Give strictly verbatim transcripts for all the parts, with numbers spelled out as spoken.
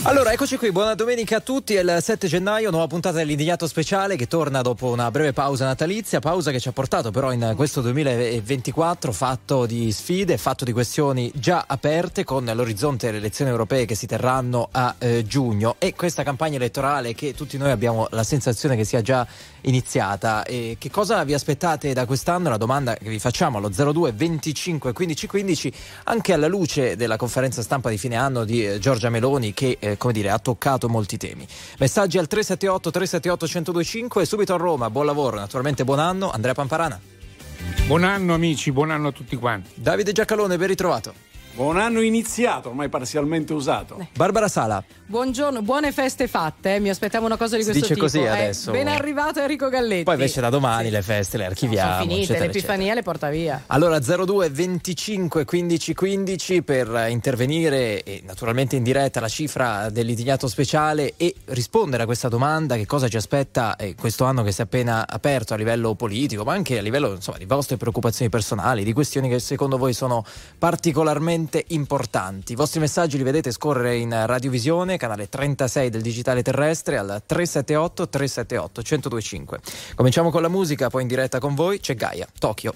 Allora, eccoci qui, buona domenica a tutti, è il sette gennaio, nuova puntata dell'Indignato Speciale che torna dopo una breve pausa natalizia, pausa che ci ha portato però in questo duemilaventiquattro fatto di sfide, fatto di questioni già aperte con l'orizzonte delle elezioni europee che si terranno a eh, giugno e questa campagna elettorale che tutti noi abbiamo la sensazione che sia già iniziata. E che cosa vi aspettate da quest'anno? La domanda che vi facciamo allo zero due venticinque quindici quindici, anche alla luce della conferenza stampa di fine anno di eh, Giorgia Meloni che eh, come dire ha toccato molti temi. Messaggi al tre sette otto tre sette otto uno zero due cinque e subito a Roma, buon lavoro, naturalmente buon anno, Andrea Pamparana. Buon anno amici, buon anno a tutti quanti. Davide Giacalone, ben ritrovato. Buon anno iniziato, ormai parzialmente usato. Eh. Barbara Sala. Buongiorno, buone feste fatte, eh. Mi aspettavo una cosa di si questo dice tipo. Così adesso. Eh, ben arrivato Enrico Galletti. Poi invece da domani sì. le feste le archiviamo. No, sono finite, eccetera, l'Epifania eccetera. le porta via. Allora zero due venticinque quindici quindici per intervenire e naturalmente in diretta la cifra dell'Indignato Speciale e rispondere a questa domanda: che cosa ci aspetta eh, questo anno che si è appena aperto a livello politico, ma anche a livello insomma di vostre preoccupazioni personali, di questioni che secondo voi sono particolarmente importanti. I vostri messaggi li vedete scorrere in radiovisione, canale trentasei del digitale terrestre al tre sette otto tre sette otto uno zero due cinque. Cominciamo con la musica, poi in diretta con voi c'è Gaia, Tokyo.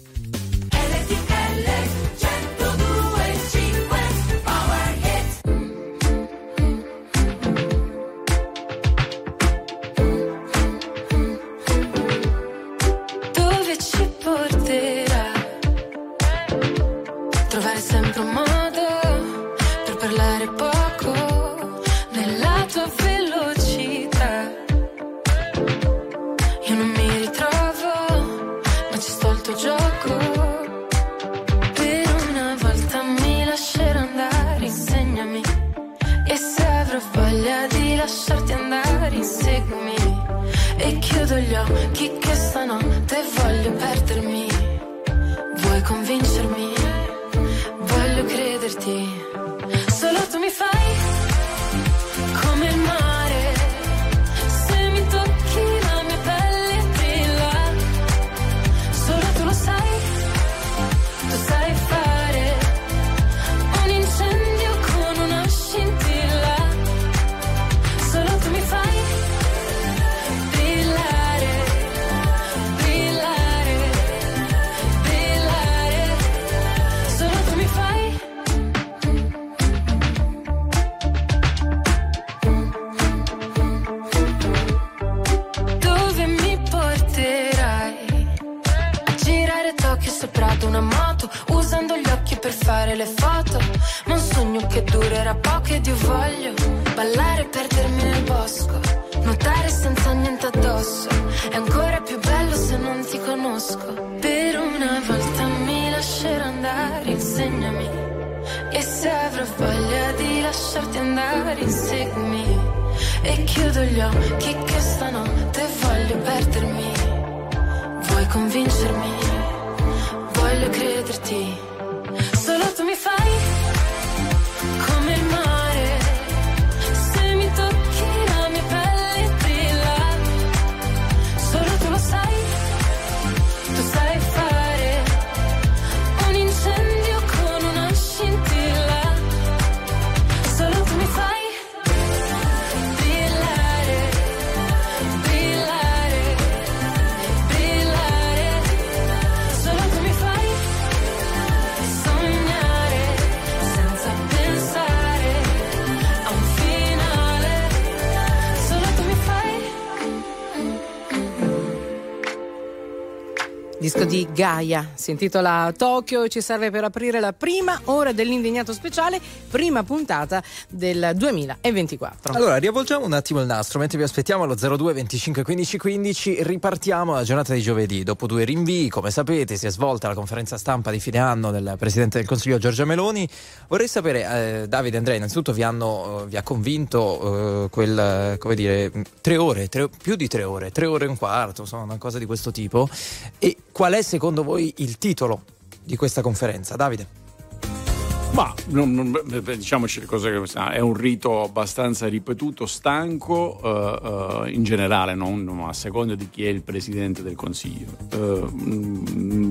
Dove ci porterà? Trovare sempre un modo parlare poco nella tua velocità. Io non mi ritrovo, ma ci sto al tuo gioco. Per una volta mi lascerò andare, insegnami. E se avrò voglia di lasciarti andare, inseguimi. E chiudo gli occhi che stanotte voglio perdermi. Vuoi convincermi? Voglio crederti. Solo tu mi fai come il mare, se mi tocchi la mia pelle brilla. Solo tu lo sai, tu sai fare un incendio con una scintilla. Solo tu mi fai brillare, brillare, brillare. Solo tu mi fai. Sopra una moto, usando gli occhi per fare le foto. Ma un sogno che durerà poco ed io voglio ballare e perdermi nel bosco, nuotare senza niente addosso. È ancora più bello se non ti conosco. Per una volta mi lascerò andare, insegnami. E se avrò voglia di lasciarti andare, inseguimi. E chiudo gli occhi che stanotte voglio perdermi. Vuoi convincermi? Voglio crederti. Solo tu mi fai come il mare, se mi tocchi la mia pelle brilla. Solo tu lo sai, tu sai fare un incendio con una scintilla. Solo tu mi fai brillare, brillare, brillare. Solo tu mi fai sognare senza pensare a un finale. Solo tu mi fai. Disco di Gaia, si intitola Tokyo e ci serve per aprire la prima ora dell'Indignato Speciale, prima puntata del duemilaventiquattro. Allora riavvolgiamo un attimo il nastro mentre vi aspettiamo allo zero due venticinque quindici quindici. Ripartiamo la giornata di giovedì. Dopo due rinvii, come sapete, si è svolta la conferenza stampa di fine anno del Presidente del Consiglio Giorgia Meloni. Vorrei sapere, eh, Davide, Andrea, innanzitutto vi hanno vi ha convinto eh, quel, come dire, tre ore, tre, più di tre ore, tre ore e un quarto, insomma una cosa di questo tipo. E qual è secondo voi il titolo di questa conferenza, Davide? Ma non, non, diciamoci le cose che è un rito abbastanza ripetuto, stanco, uh, uh, in generale, non a seconda di chi è il Presidente del Consiglio. Uh,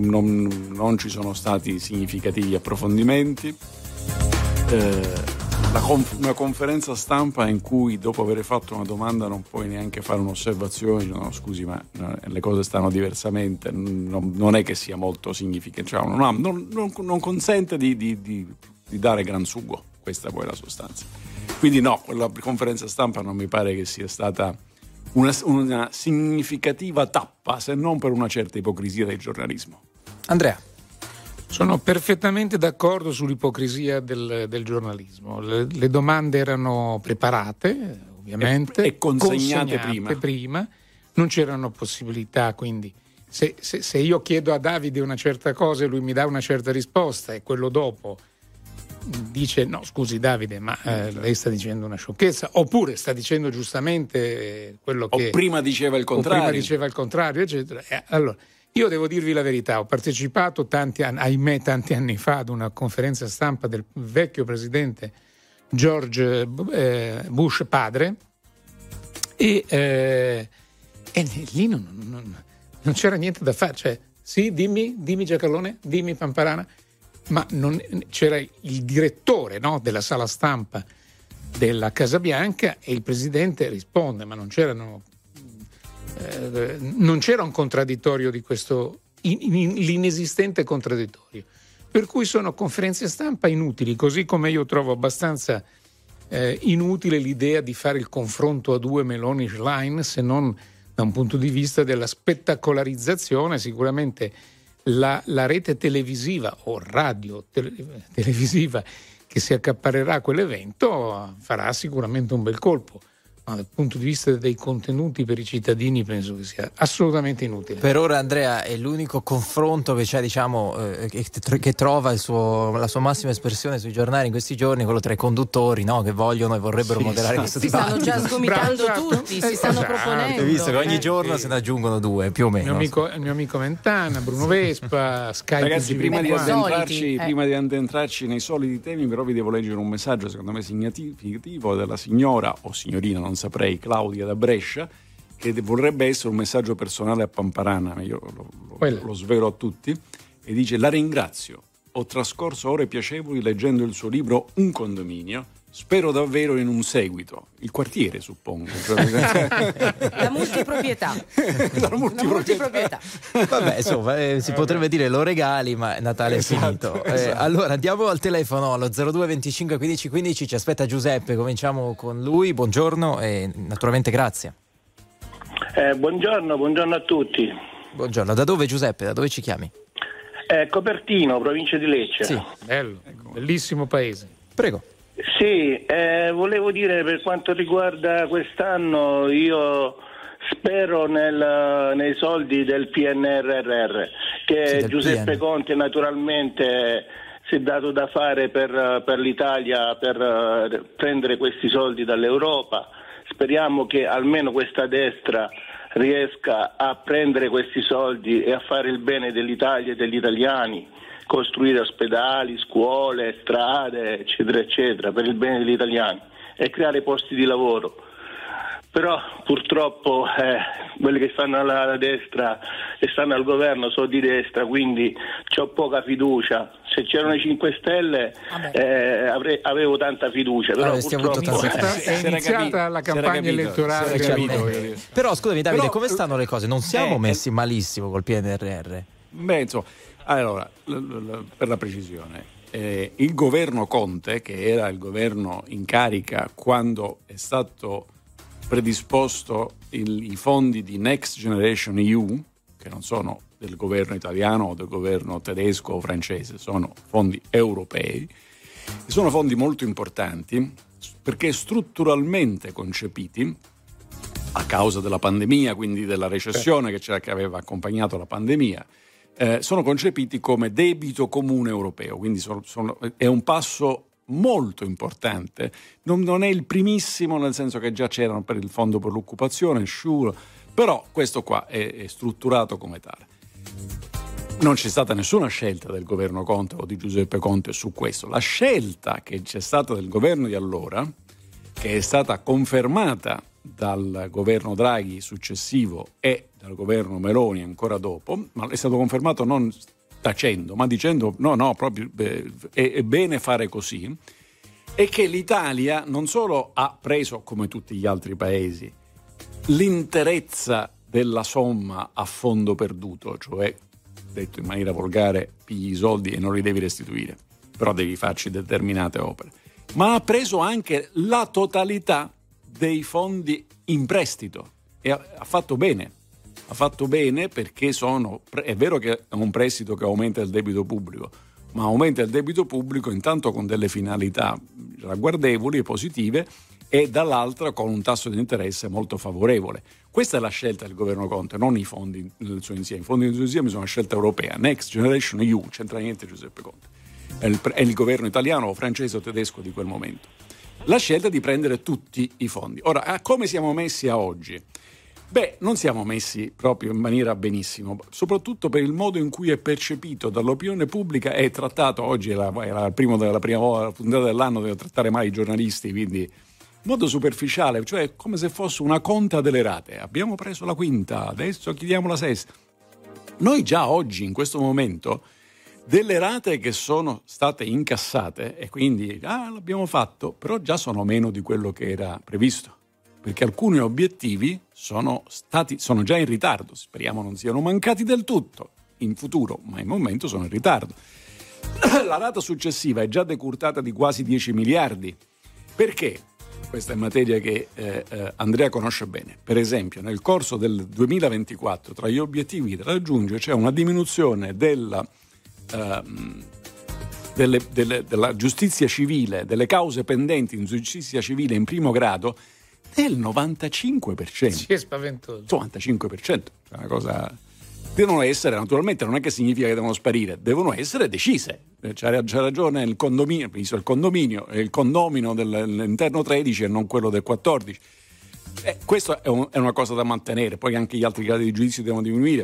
non, non ci sono stati significativi approfondimenti. Uh, La conf- una conferenza stampa in cui dopo aver fatto una domanda non puoi neanche fare un'osservazione, no, scusi ma no, le cose stanno diversamente, non, non è che sia molto significativo, cioè, non, non, non, non consente di, di, di, di dare gran sugo, questa poi è la sostanza. Quindi no, quella conferenza stampa non mi pare che sia stata una, una significativa tappa, se non per una certa ipocrisia del giornalismo. Andrea. Sono perfettamente d'accordo sull'ipocrisia del, del giornalismo. Le, le domande erano preparate, ovviamente, e, e consegnate, consegnate prima. prima. Non c'erano possibilità, quindi se, se, se io chiedo a Davide una certa cosa e lui mi dà una certa risposta e quello dopo dice no scusi Davide ma eh, lei sta dicendo una sciocchezza, oppure sta dicendo giustamente quello che... O prima diceva il contrario. O prima diceva il contrario, eccetera. Eh, allora... Io devo dirvi la verità, ho partecipato tanti anni, ahimè tanti anni fa ad una conferenza stampa del vecchio presidente George eh, Bush padre e, eh, e lì non, non, non c'era niente da fare, cioè sì dimmi, dimmi Giacalone, dimmi Pamparana, ma non, c'era il direttore, no, della sala stampa della Casa Bianca e il presidente risponde, ma non c'erano... Eh, non c'era un contraddittorio di questo, in, in, l'inesistente contraddittorio, per cui sono conferenze stampa inutili, così come io trovo abbastanza eh, inutile l'idea di fare il confronto a due Meloni-Schlein, se non da un punto di vista della spettacolarizzazione. Sicuramente la, la rete televisiva o radio tele, televisiva che si accaparrerà a quell'evento farà sicuramente un bel colpo. Ma dal punto di vista dei contenuti per i cittadini penso che sia assolutamente inutile. Per ora Andrea è l'unico confronto che c'è, diciamo, eh, che, che trova il suo, la sua massima espressione sui giornali in questi giorni, quello tra i conduttori, no, che vogliono e vorrebbero sì, moderare questo si dibattito. Si stanno già sgomitando Bravo, tutti, esatto. si stanno esatto. proponendo. Hai visto che ogni eh, giorno sì. se ne aggiungono due, più o meno. Il mio amico, il mio amico Mentana, Bruno Vespa, Skype. Ragazzi, prima di, addentrarci, eh. prima di addentrarci nei soliti temi, però vi devo leggere un messaggio secondo me significativo della signora o signorina, non saprei, Claudia da Brescia, che vorrebbe essere un messaggio personale a Pamparana, ma io lo, lo, lo svelo a tutti, e dice: la ringrazio, ho trascorso ore piacevoli leggendo il suo libro Un condominio, spero davvero in un seguito, il quartiere suppongo, la multiproprietà la multiproprietà, la multiproprietà. Vabbè, insomma, eh, si potrebbe dire lo regali, ma Natale esatto, è finito. Eh, esatto. Allora andiamo al telefono allo zero due venticinque quindici quindici, ci aspetta Giuseppe, cominciamo con lui. Buongiorno e naturalmente grazie. Eh, buongiorno, buongiorno a tutti. Buongiorno, da dove Giuseppe? Da dove ci chiami? Eh, Copertino, provincia di Lecce. Sì. Bello, bellissimo paese. Prego. Sì, eh, volevo dire per quanto riguarda quest'anno, io spero nel, nei soldi del P N R R che sì, Giuseppe P N. Conte naturalmente si è dato da fare per, per l'Italia per uh, prendere questi soldi dall'Europa. Speriamo che almeno questa destra riesca a prendere questi soldi e a fare il bene dell'Italia e degli italiani, costruire ospedali, scuole, strade, eccetera, eccetera, per il bene degli italiani e creare posti di lavoro. Però purtroppo eh, quelli che stanno alla, alla destra e stanno al governo sono di destra, quindi ho poca fiducia. Se c'erano i cinque Stelle eh, avrei, avevo tanta fiducia, però Avresti avuto purtroppo tanta È iniziata la campagna elettorale. capito. Eh, Però scusami Davide, Però, come stanno le cose? Non siamo eh, messi malissimo col P N R R? Beh, insomma, allora, l- l- per la precisione, eh, il governo Conte, che era il governo in carica quando è stato predisposto il, i fondi di Next Generation E U, che non sono del governo italiano o del governo tedesco o francese, sono fondi europei, e sono fondi molto importanti perché strutturalmente concepiti a causa della pandemia, quindi della recessione che, c'era, che aveva accompagnato la pandemia, eh, sono concepiti come debito comune europeo, quindi sono, sono, è un passo molto importante, non, non è il primissimo, nel senso che già c'erano per il fondo per l'occupazione, SURE, però questo qua è, è strutturato come tale. Non c'è stata nessuna scelta del governo Conte o di Giuseppe Conte su questo. La scelta che c'è stata del governo di allora, che è stata confermata dal governo Draghi successivo e dal governo Meloni ancora dopo, ma è stato confermato non tacendo, ma dicendo no, no, proprio eh, è, è bene fare così, è che l'Italia non solo ha preso, come tutti gli altri paesi, l'interezza della somma a fondo perduto, cioè, detto in maniera volgare, pigli i soldi e non li devi restituire, però devi farci determinate opere, ma ha preso anche la totalità dei fondi in prestito e ha, ha fatto bene. Ha fatto bene perché sono, è vero che è un prestito che aumenta il debito pubblico, ma aumenta il debito pubblico intanto con delle finalità ragguardevoli e positive e dall'altra con un tasso di interesse molto favorevole. Questa è la scelta del governo Conte, non i fondi nel suo insieme. I fondi nel suo insieme sono una scelta europea. Next Generation E U, c'entra niente Giuseppe Conte. È il, è il governo italiano o francese o tedesco di quel momento. La scelta è di prendere tutti i fondi. Ora, a come siamo messi a oggi? Beh, non siamo messi proprio in maniera benissimo, soprattutto per il modo in cui è percepito dall'opinione pubblica e trattato. Oggi è la, è la, prima, la prima la puntata dell'anno, devo trattare male i giornalisti, quindi in modo superficiale, cioè come se fosse una conta delle rate. Abbiamo preso la quinta, adesso chiediamo la sesta. Noi già oggi, in questo momento, delle rate che sono state incassate e quindi ah, l'abbiamo fatto, però già sono meno di quello che era previsto, perché alcuni obiettivi sono stati sono già in ritardo, speriamo non siano mancati del tutto in futuro, ma in momento sono in ritardo. La rata successiva è già decurtata di quasi dieci miliardi. Perché? Questa è materia che eh, eh, Andrea conosce bene. Per esempio, nel corso del duemilaventiquattro, tra gli obiettivi da raggiungere c'è una diminuzione della, eh, delle, delle, della giustizia civile, delle cause pendenti in giustizia civile in primo grado, del novantacinque per cento. Sì, è spaventoso. novantacinque per cento, cioè una cosa. Devono essere, naturalmente, non è che significa che devono sparire, devono essere decise. C'ha, c'ha ragione il condominio, visto il condominio, il condomino dell'interno tredici e non quello del quattordici. Eh, questo è, un, è una cosa da mantenere, poi anche gli altri gradi di giudizio devono diminuire.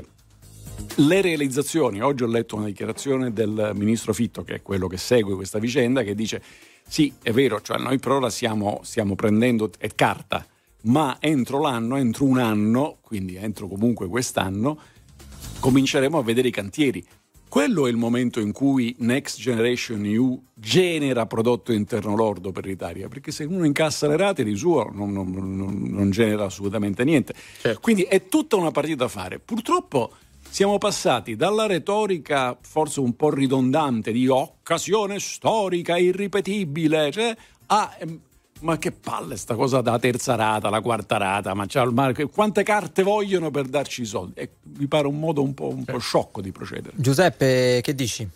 Le realizzazioni, oggi ho letto una dichiarazione del ministro Fitto, che è quello che segue questa vicenda, che dice sì, è vero, cioè noi per ora stiamo, stiamo prendendo è carta, ma entro l'anno, entro un anno, quindi entro comunque quest'anno, cominceremo a vedere i cantieri. Quello è il momento in cui Next Generation E U genera prodotto interno lordo per l'Italia, perché se uno incassa le rate di suo non, non, non, non genera assolutamente niente. Certo. Quindi è tutta una partita da fare. Purtroppo siamo passati dalla retorica forse un po' ridondante di occasione storica irripetibile, cioè a ma che palle sta cosa da terza rata, la quarta rata, ma, ma quante carte vogliono per darci i soldi? E mi pare un modo un po', un po' sciocco di procedere. Giuseppe, che dici?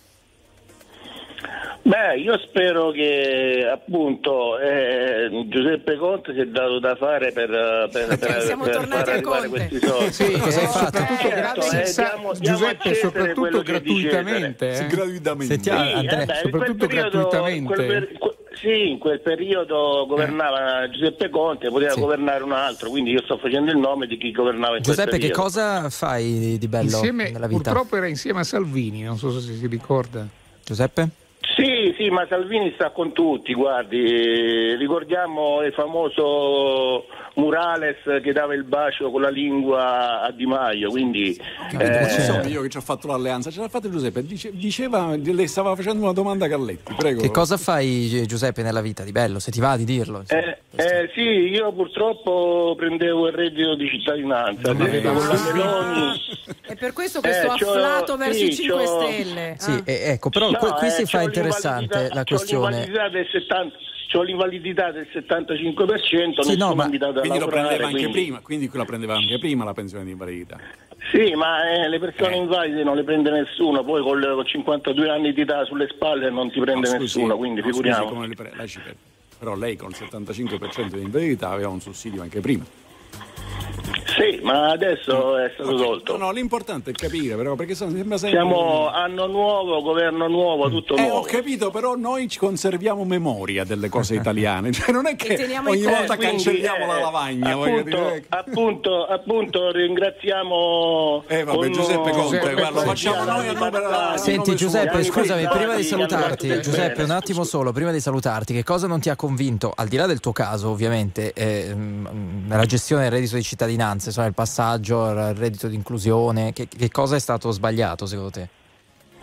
Beh, io spero che appunto eh, Giuseppe Conte si è dato da fare per, per, per, siamo per tornati far a arrivare Conte. questi soldi. Sì, cosa hai eh, fatto? soprattutto Eh, grazie, eh, sa- diamo- diamo a Giuseppe, Cesare soprattutto quello che gratuitamente. Sì, Eh? gratuitamente. Sentiamo, Sì, Andrea, vabbè, in soprattutto quel periodo- gratuitamente. quel per- que- sì, in quel periodo governava Giuseppe Conte, poteva Sì. governare un altro, quindi io sto facendo il nome di chi governava in Giuseppe, quel che periodo. cosa fai di bello Insieme, nella vita? purtroppo era insieme a Salvini, non so se si ricorda. Giuseppe? Sì, sì, ma Salvini sta con tutti, guardi, eh, ricordiamo il famoso Murales che dava il bacio con la lingua a Di Maio, quindi Capito, non eh, sono io che ci ho fatto l'alleanza, ce l'ha fatta Giuseppe, Dice, diceva, le stava facendo una domanda a Galletti, prego. Che cosa fai, Giuseppe, nella vita di bello? Se ti va di dirlo. eh, eh, sì, io purtroppo prendevo il reddito di cittadinanza, Non credo con la avevo- Meloni. E per questo questo Eh, c'ho- afflato verso sì, i cinque c'ho- Stelle. Sì, Ah. e- ecco, però No, qui, qui eh, si fa c'ho interessante l'invalidità- la c'ho questione. l'invalidità del settanta c'ho l'invalidità del settantacinque per cento, Sì, nessuno no, ma- è invitato a Quindi lo lavorare, prendeva anche quindi- prima, quindi la prendeva anche prima la pensione di invalidità. Sì, ma eh, le persone Eh. invalide non le prende nessuno, poi con, le- con cinquantadue anni di età sulle spalle non ti prende No, scusi, nessuno, quindi no, scusi, figuriamo. come le pre- lei ci per- però lei con il settantacinque per cento di invalidità aveva un sussidio anche prima. Sì, ma adesso è stato Ok, tolto. No, no, l'importante è capire, però, perché sennò sembra sempre. Siamo anno nuovo, governo nuovo, tutto Eh, nuovo. ho capito, però noi ci conserviamo memoria delle cose italiane, cioè non è E che teniamo ogni i conti. volta Quindi, cancelliamo eh, la lavagna. voglio Appunto, dire. appunto, appunto, ringraziamo. Eh vabbè, con- Giuseppe Conte, Giuseppe guarda, lo Conte. facciamo noi a nome della- Senti, a nome Giuseppe, suo. scusami, Gianni prima di Guidi, salutarti, Gianni Giuseppe, Guidi. un attimo solo, prima di salutarti, che cosa non ti ha convinto, al di là del tuo caso, ovviamente, eh, mh, la gestione del reddito di cittadinanza, insomma, il passaggio al reddito di inclusione, che, che cosa è stato sbagliato secondo te?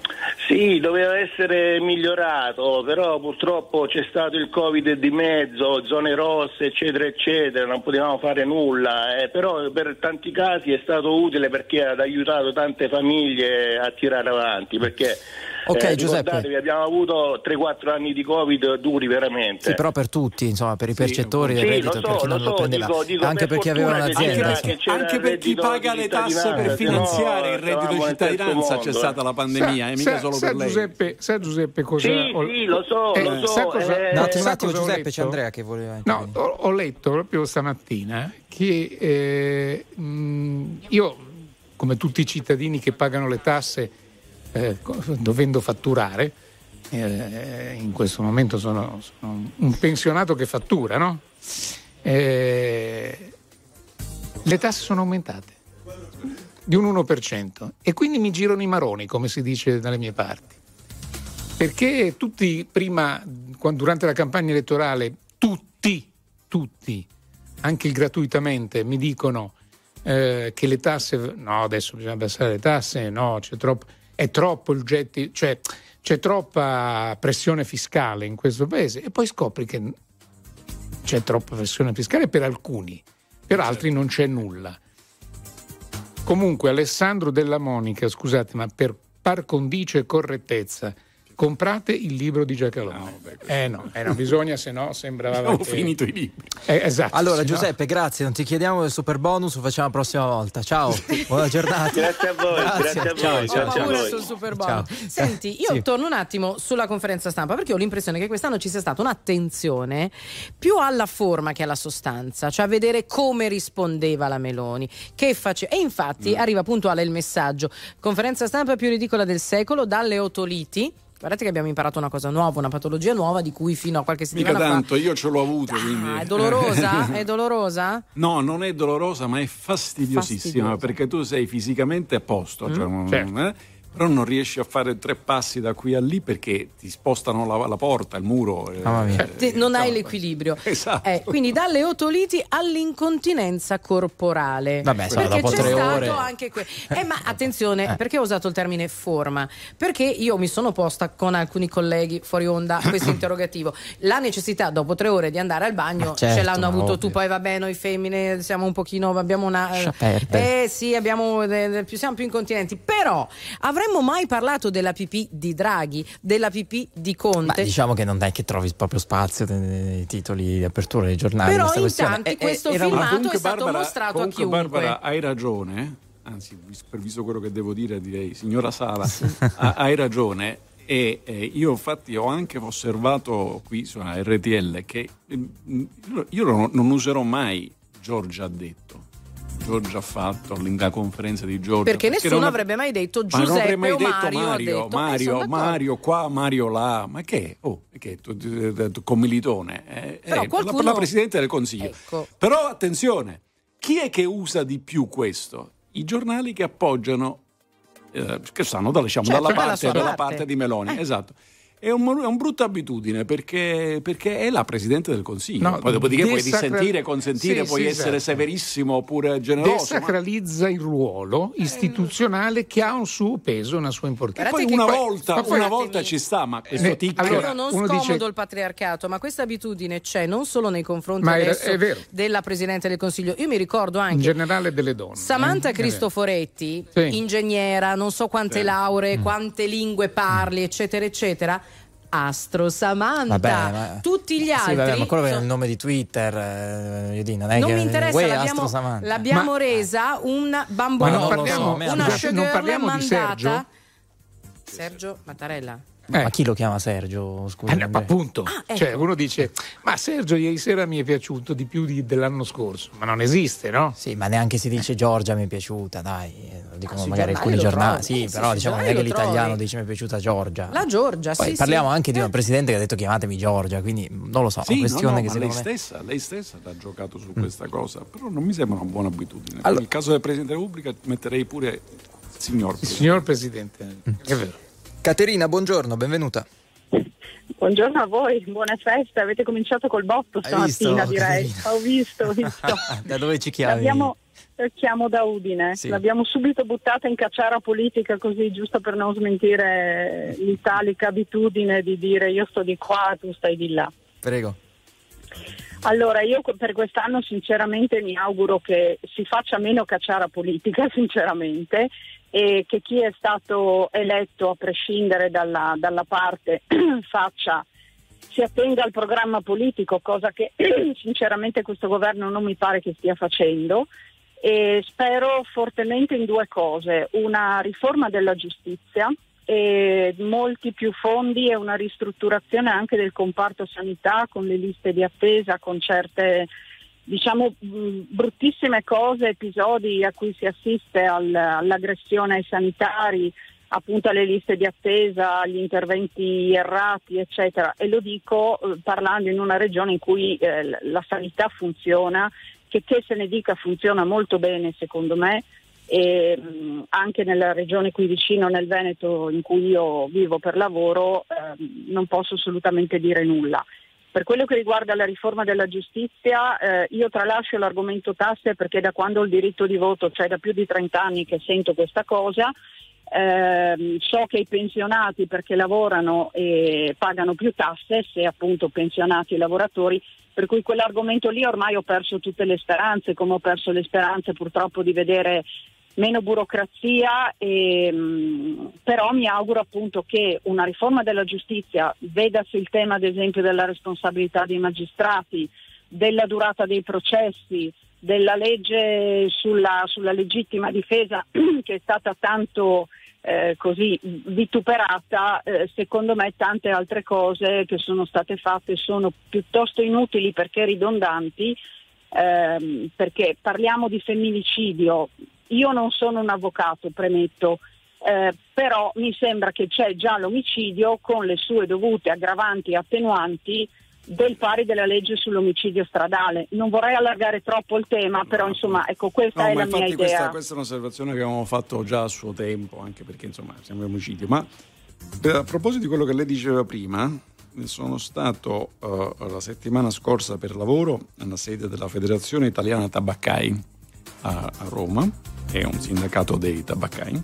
Sì, doveva essere migliorato, però purtroppo c'è stato il Covid di mezzo, zone rosse, eccetera, eccetera, non potevamo fare nulla, eh, però per tanti casi è stato utile perché ha aiutato tante famiglie a tirare avanti, perché Ok, eh, Giuseppe. abbiamo avuto tre quattro anni di Covid duri veramente. Sì, però per tutti, insomma, per i percettori sì, del reddito, lo so, per chi non lo lo so, prendeva, dico, dico, anche per per chi aveva fortuna che un'azienda. c'era- che c'era Anche il per chi reddito paga di le tasse cittadinanza, per finanziare se no il reddito stavamo di nel terzo cittadinanza c'è mondo, stata la pandemia, Sa- e mica sa- solo sa per lei. Giuseppe, sa Giuseppe cosa Sì, ho, sì, lo so, eh, lo so. sa cosa- eh, Un attimo, un sa attimo, cosa ho Giuseppe, c'è letto? Andrea che voleva No, intervenire. ho, ho letto proprio stamattina che eh, mh, io, come tutti i cittadini che pagano le tasse eh, dovendo fatturare, eh, in questo momento sono, sono un pensionato che fattura, no? Eh, le tasse sono aumentate di un uno per cento e quindi mi girano i maroni, come si dice dalle mie parti. Perché tutti prima, quando, durante la campagna elettorale, tutti, tutti, anche il gratuitamente, mi dicono eh, che le tasse, no, adesso bisogna abbassare le tasse, no, c'è troppo, è troppo il gettito, cioè c'è troppa pressione fiscale in questo paese, e poi scopri che c'è troppa pressione fiscale per alcuni, per altri non c'è nulla. Comunque Alessandro Della Monica, scusate, ma per par condicio e correttezza, comprate il libro di Giacalone. No, vabbè, eh no, eh no, bisogna, se no sembrava Abbiamo che... finito i libri. Eh, esatto. Allora se no- Giuseppe, grazie, non ti chiediamo del super bonus, lo facciamo la prossima volta. Ciao, buona giornata. Grazie a voi, grazie a voi, Ciao, Ho ciao, grazie a paura voi. sul super Ciao. bonus. Senti, io Sì. torno un attimo sulla conferenza stampa, perché ho l'impressione che quest'anno ci sia stata un'attenzione più alla forma che alla sostanza, cioè a vedere come rispondeva la Meloni, che face... e infatti Mm. arriva puntuale il messaggio: conferenza stampa più ridicola del secolo, dalle otoliti. Guardate che abbiamo imparato una cosa nuova, una patologia nuova di cui fino a qualche Mica settimana tanto, fa... io ce l'ho avuto, quindi... Ah, è dolorosa? È dolorosa? No, non è dolorosa, ma è fastidiosissima, Fastidiosa. perché tu sei fisicamente a posto, cioè, Mm, certo. eh, però non riesci a fare tre passi da qui a lì perché ti spostano la, la porta, il muro. eh, Mamma mia. eh, Ti- non hai insomma. l'equilibrio. Esatto. Eh, quindi dalle otoliti all'incontinenza corporale. Vabbè, insomma, perché dopo c'è tre stato ore- anche que- eh, ma attenzione, Eh. perché ho usato il termine forma? Perché io mi sono posta con alcuni colleghi fuori onda questo interrogativo. La necessità dopo tre ore di andare al bagno Ma certo, ce l'hanno ma avuto ovvio. tu, poi vabbè, noi femmine siamo un pochino, abbiamo una Lascia perdere. eh sì, abbiamo eh, più- siamo più incontinenti, però avremmo mai parlato della pipì di Draghi, della pipì di Ma Conte? diciamo che non è che trovi proprio spazio nei, nei titoli di apertura dei giornali. Però questa in questione. tanti Eh, eh, questo era una- filmato comunque, è stato Barbara, mostrato a comunque, chiunque. Barbara, hai ragione, anzi, vis- per visto quello che devo dire, direi, signora Sala, ha- hai ragione. E eh, io infatti ho anche osservato qui su R T L che mm, io non, non userò mai Giorgia ha detto, Giorgia ha fatto la conferenza di Giorgia, Perché nessuno non- avrebbe mai detto Ma non avrei Giuseppe mai o detto Mario, Mario, ha detto. Eh, Mario, sono d'accordo. Mario qua, Mario là, ma che? Oh, che tu- tu- tu- tu- commilitone, eh, Però eh, qualcuno- la, la Presidente del Consiglio. Ecco. Però attenzione, chi è che usa di più questo? I giornali che appoggiano, eh, che stanno dalla, diciamo, Certo, dalla, dalla parte, sua dalla parte. parte di Meloni, Eh. esatto. È un, è un brutta abitudine perché, perché è la Presidente del Consiglio. No, Poi dopodiché puoi desacra- dissentire, consentire, Sì, puoi sì, essere esatto. severissimo oppure generoso. ma- Desacralizza il ruolo istituzionale che ha un suo peso, una sua importanza. Poi Guardate una che- volta, ma poi- una volta ci sta, ma questo Eh, tic allora, Io non uno scomodo dice- il patriarcato, ma questa abitudine c'è non solo nei confronti Ma è- adesso è vero. della Presidente del Consiglio. Io mi ricordo in anche generale delle donne. Samantha eh. Cristoforetti, Sì. ingegnera, non so quante Sì. lauree, quante lingue parli, eccetera, eccetera. Astro Samantha, Vabbè, ma- tutti gli altri. Sì, vabbè, ma quello è sono- il nome di Twitter, eh, io dico, non è non che mi interessa, Uè, l'abbiamo, Astro Samantha. l'abbiamo Ma- resa un Ma bambino, non non lo parliamo, so, a me una hanno- scusate, non showgirl parliamo di mandata. Sergio? Sergio Mattarella. Eh. Ma chi lo chiama Sergio? Scusa, Eh, no, Andrea. appunto, Ah, ecco. cioè uno dice ma Sergio ieri sera mi è piaciuto di più di- dell'anno scorso, ma non esiste, no? Sì, ma neanche si dice Giorgia mi è piaciuta, dai, eh, lo dicono Ah, sui magari giornali alcuni lo giornali, trovi. sì, Eh, sì, però sui diciamo non è giornali che lo l'italiano trovi. dice mi è piaciuta Giorgia. La Giorgia, Poi sì, parliamo sì. anche di una Eh. presidente che ha detto chiamatemi Giorgia, quindi non lo so, Sì, una no, questione no, che ma lei secondo me... stessa, lei stessa ha giocato su questa cosa, però non mi sembra una buona abitudine. Allora- Nel caso del Presidente della Repubblica metterei pure il signor Il Presidente. signor Presidente, è vero. Caterina, buongiorno, benvenuta. Buongiorno a voi, buone feste, avete cominciato col botto Hai visto, stamattina direi, Caterina? ho visto, ho visto. Da dove ci chiami? Abbiamo, chiamo da Udine. Sì. L'abbiamo subito buttata in cacciara politica, così giusto per non smentire l'italica abitudine di dire io sto di qua, tu stai di là. Prego. Allora, io per quest'anno sinceramente mi auguro che si faccia meno cacciara politica, sinceramente, e che chi è stato eletto, a prescindere dalla, dalla parte, faccia, si attenga al programma politico, cosa che sinceramente questo governo non mi pare che stia facendo, e spero fortemente in due cose: una riforma della giustizia e molti più fondi e una ristrutturazione anche del comparto sanità, con le liste di attesa, con certe, diciamo, bruttissime cose, episodi a cui si assiste al, all'aggressione ai sanitari, appunto alle liste di attesa, agli interventi errati, eccetera. E lo dico eh, parlando in una regione in cui eh, la sanità funziona, che che se ne dica funziona molto bene secondo me, e mh, anche nella regione qui vicino, nel Veneto, in cui io vivo per lavoro, eh, non posso assolutamente dire nulla. Per quello che riguarda la riforma della giustizia, eh, io tralascio l'argomento tasse, perché da quando ho il diritto di voto, cioè da più di trenta anni che sento questa cosa. Eh, so che i pensionati, perché lavorano e pagano più tasse, se appunto pensionati e lavoratori, per cui quell'argomento lì ormai ho perso tutte le speranze, come ho perso le speranze purtroppo di vedere meno burocrazia, e, mh, però mi auguro appunto che una riforma della giustizia, vedasi il tema ad esempio della responsabilità dei magistrati, della durata dei processi, della legge sulla, sulla legittima difesa che è stata tanto eh, così vituperata, eh, secondo me tante altre cose che sono state fatte sono piuttosto inutili perché ridondanti, ehm, perché parliamo di femminicidio. Io non sono un avvocato, premetto, eh, però mi sembra che c'è già l'omicidio con le sue dovute aggravanti e attenuanti del pari della legge sull'omicidio stradale. Non vorrei allargare troppo il tema, però insomma, ecco, questa no, è ma la mia idea. Questa, questa è un'osservazione che avevamo fatto già a suo tempo, anche perché insomma siamo in omicidio. Ma a proposito di quello che lei diceva prima, sono stato uh, la settimana scorsa per lavoro alla sede della Federazione Italiana Tabaccai a, a Roma, che è un sindacato dei tabaccai,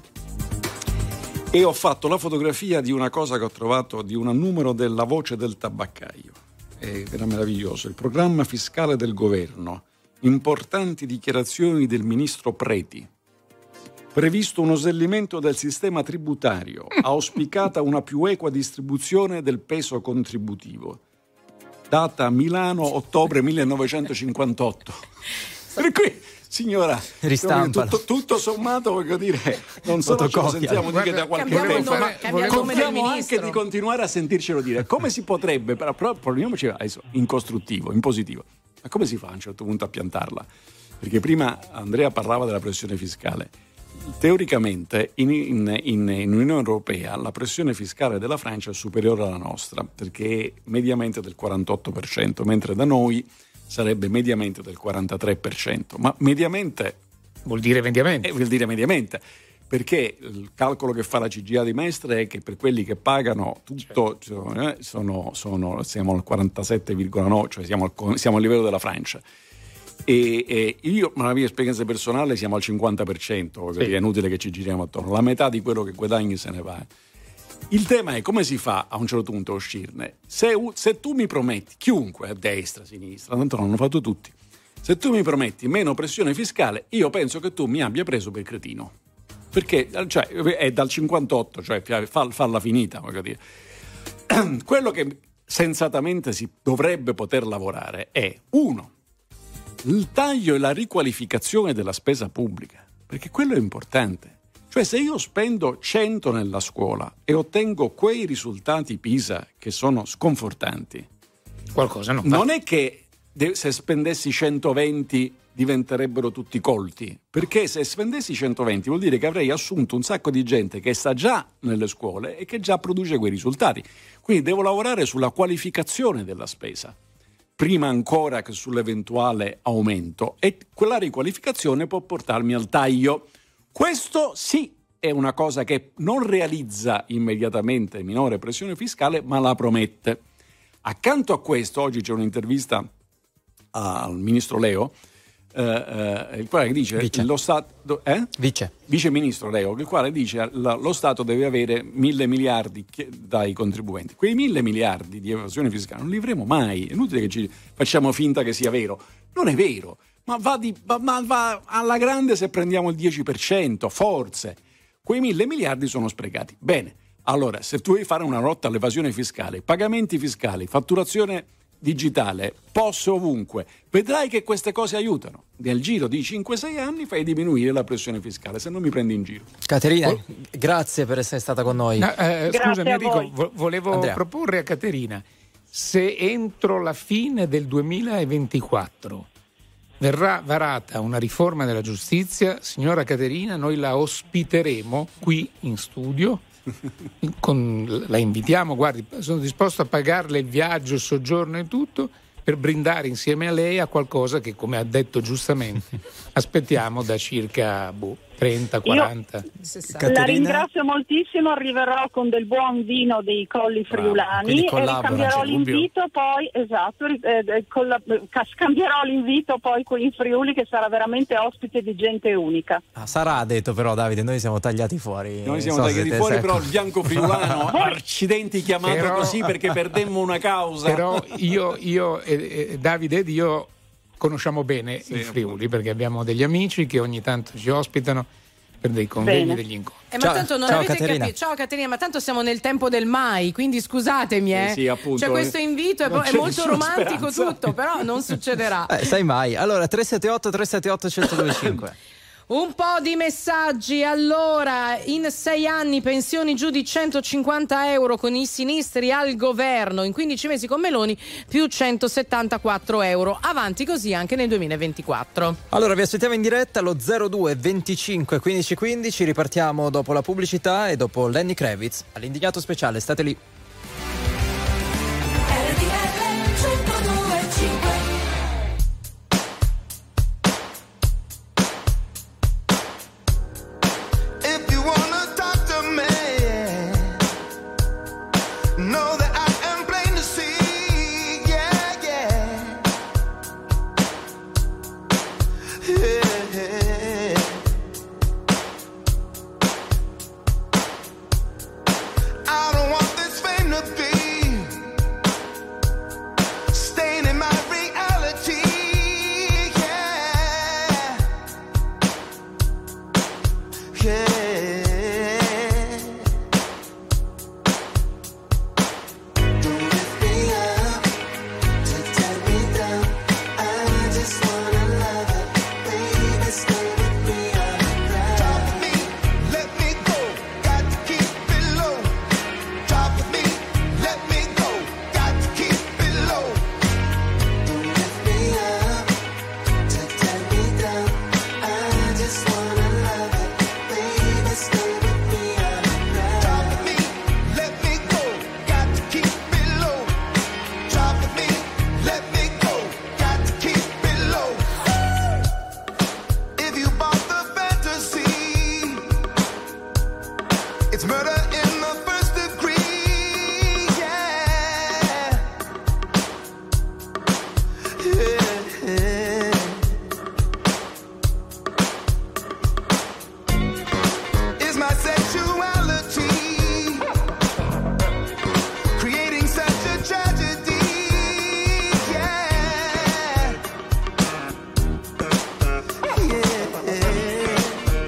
e ho fatto la fotografia di una cosa che ho trovato, di un numero della Voce del Tabaccaio. Ed era meraviglioso: il programma fiscale del governo, importanti dichiarazioni del ministro Preti, previsto uno snellimento del sistema tributario, auspicata una più equa distribuzione del peso contributivo. Data Milano, ottobre millenovecentocinquantotto. Per cui, signora, tutto, tutto sommato, voglio dire, non solo ce lo sentiamo dire da qualche tempo, ma confidiamo anche di continuare a sentircelo dire. Come si potrebbe, però proviamoci adesso in costruttivo, in positivo, ma come si fa a un certo punto a piantarla? Perché prima Andrea parlava della pressione fiscale. Teoricamente in, in, in, in Unione Europea la pressione fiscale della Francia è superiore alla nostra, perché è mediamente del quarantotto per cento, mentre da noi sarebbe mediamente del quarantatré per cento. Ma mediamente vuol dire mediamente. Eh, vuol dire mediamente, perché il calcolo che fa la C G I A di Mestre è che per quelli che pagano tutto, cioè, sono, sono, siamo al quarantasette virgola nove, cioè siamo al, siamo al livello della Francia. E, e io, nella mia esperienza personale, siamo al cinquanta per cento, sì. È inutile che ci giriamo attorno, la metà di quello che guadagni se ne va. Il tema è come si fa a un certo punto a uscirne. Se, se tu mi prometti, chiunque, a destra, a sinistra, tanto non hanno fatto tutti, se tu mi prometti meno pressione fiscale, io penso che tu mi abbia preso per cretino, perché cioè, è dal cinquantotto, cioè fa, falla finita, voglio dire. Quello che sensatamente si dovrebbe poter lavorare è, uno, il taglio e la riqualificazione della spesa pubblica, perché quello è importante. Cioè, se io spendo cento nella scuola e ottengo quei risultati PISA che sono sconfortanti, qualcosa non non è che se spendessi centoventi diventerebbero tutti colti, perché se spendessi centoventi vuol dire che avrei assunto un sacco di gente che sta già nelle scuole e che già produce quei risultati. Quindi devo lavorare sulla qualificazione della spesa, prima ancora che sull'eventuale aumento, e quella riqualificazione può portarmi al taglio. Questo sì è una cosa che non realizza immediatamente minore pressione fiscale, ma la promette. Accanto a questo, oggi c'è un'intervista al ministro Leo, eh, eh, il quale dice Vice. lo Stato eh? Vice. Vice Ministro Leo, il quale dice la, lo Stato deve avere mille miliardi che, dai contribuenti. Quei mille miliardi di evasione fiscale non li avremo mai. È inutile che ci facciamo finta che sia vero. Non è vero, ma va, di, ma va alla grande se prendiamo il dieci per cento, forse. Quei mille miliardi sono sprecati. Bene, allora se tu vuoi fare una lotta all'evasione fiscale, pagamenti fiscali, fatturazione digitale, posso ovunque, vedrai che queste cose aiutano. Nel giro di cinque sei anni fai diminuire la pressione fiscale, se non mi prendi in giro. Caterina, Oh. grazie per essere stata con noi. No, eh, scusami a Enrico, voi. vo- volevo Andrea. proporre a Caterina, se entro la fine del duemilaventiquattro verrà varata una riforma della giustizia, signora Caterina, noi la ospiteremo qui in studio. Con, la invitiamo, guardi, sono disposto a pagarle il viaggio, il soggiorno e tutto per brindare insieme a lei a qualcosa che, come ha detto giustamente, aspettiamo da circa boh, trenta quaranta. sessanta. La Caterina? ringrazio moltissimo, arriverò con del buon vino dei Colli Friulani quindi e collabora, ricambierò c'è dubbio? l'invito poi, esatto, ri- eh, con la- ca- scambierò l'invito poi qui in Friuli, che sarà veramente ospite di gente unica. Ah, Sarà ha detto però Davide, noi siamo tagliati fuori. Noi siamo Non so tagliati se te fuori, sei- però il bianco friulano, accidenti chiamato Però- così perché perdemmo una causa. Però io, io e, e Davide ed io conosciamo bene Sì, il Friuli, perché abbiamo degli amici che ogni tanto ci ospitano per dei convegni, Bene. degli incontri. Eh, ma Ciao- tanto non ciao, avete Caterina. capito. Ciao Caterina, ma tanto siamo nel tempo del mai, quindi scusatemi, eh. Sì, sì, appunto. C'è questo invito, è, Non è c'è molto nessuna romantico speranza. tutto, però non succederà. Eh, sai mai. Allora, tre sette otto tre sette otto uno zero due cinque. Un po' di messaggi. Allora, in sei anni pensioni giù di centocinquanta euro con i sinistri al governo, in quindici mesi con Meloni più centosettantaquattro euro. Avanti così anche nel duemilaventiquattro. Allora, vi aspettiamo in diretta allo zero due venticinque quindici quindici. Ripartiamo dopo la pubblicità e dopo Lenny Kravitz all'indignato speciale. State lì. If you wanna talk to me, know that I am plain to see. Yeah, yeah. Yeah. I don't want this fame to be staining my reality. Yeah. Yeah. Don't lift me up to tear me down. I just wanna love it, baby. Stay with me on the ground. Talk with me, let me go. Got to keep it low. Talk with me, let me go. Got to keep it low. Don't lift me up to tear me down. I just wanna love it, baby. Stay with me on the ground. Talk with me, let me go. Got to keep it low. Talk with me, let me go. Got to keep it low. If you bought the fantasy, it's murder in the first degree. Yeah. Yeah. Is my sexuality creating such a tragedy? Yeah. Yeah.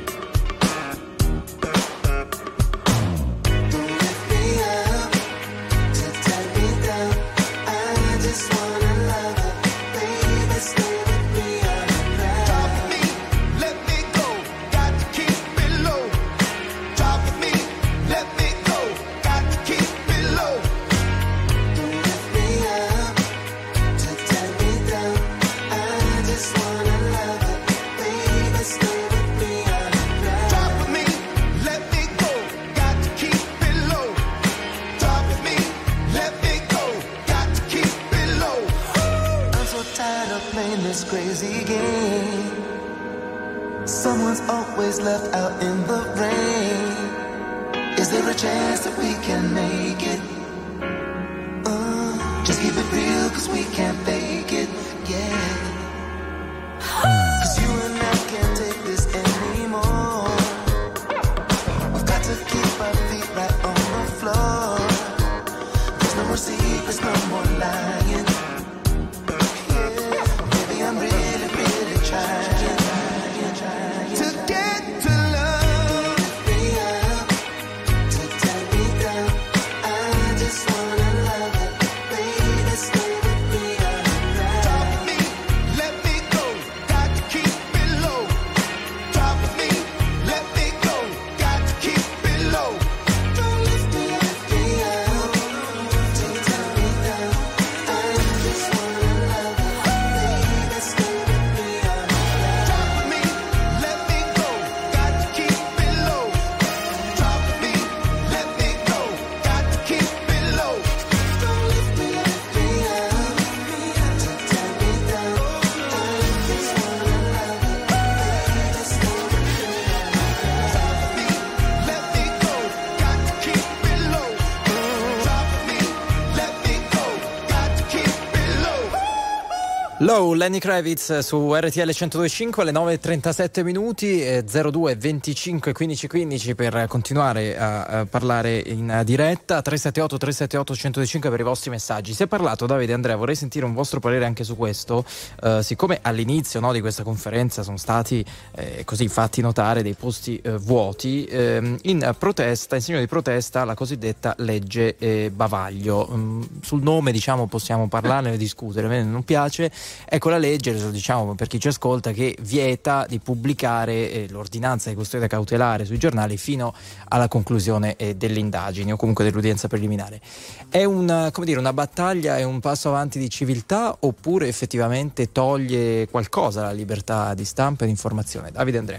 Don't lift me up to tear me down. I just wanna love it, baby. Stay with me on the ground. Talk with me, let me go. Got to keep it low. Talk with me, let me go. Got to keep it low. Don't lift me up to tear me down. I just wanna love it, baby. Stay with me on the ground. Talk with me, let me go. Got to keep it low. Talk with me, let me go. Got to keep it low. I'm so tired of playing this crazy game. Someone's always left out in the rain. Is there a chance that we can make it? Uh, just keep it real, cause we can't fake it, yeah. Low, Lenny Kravitz su R T L centodue e cinque alle nove e trentasette minuti, eh, zero due venticinque quindici quindici per continuare a, a parlare in diretta, tre sette otto tre sette otto uno zero due cinque per i vostri messaggi. Si è parlato, Davide e Andrea, vorrei sentire un vostro parere anche su questo, eh, siccome all'inizio, no, di questa conferenza sono stati eh, così fatti notare dei posti eh, vuoti, eh, in protesta, in segno di protesta alla cosiddetta legge eh, Bavaglio. Mm, sul nome, diciamo, possiamo parlarne e discutere, a me non piace. Ecco, la legge, diciamo per chi ci ascolta, che vieta di pubblicare eh, l'ordinanza di custodia cautelare sui giornali fino alla conclusione eh, delle indagini o comunque dell'udienza preliminare. È una, come dire, una battaglia, è un passo avanti di civiltà, oppure effettivamente toglie qualcosa alla libertà di stampa e di informazione? Davide, Andrea.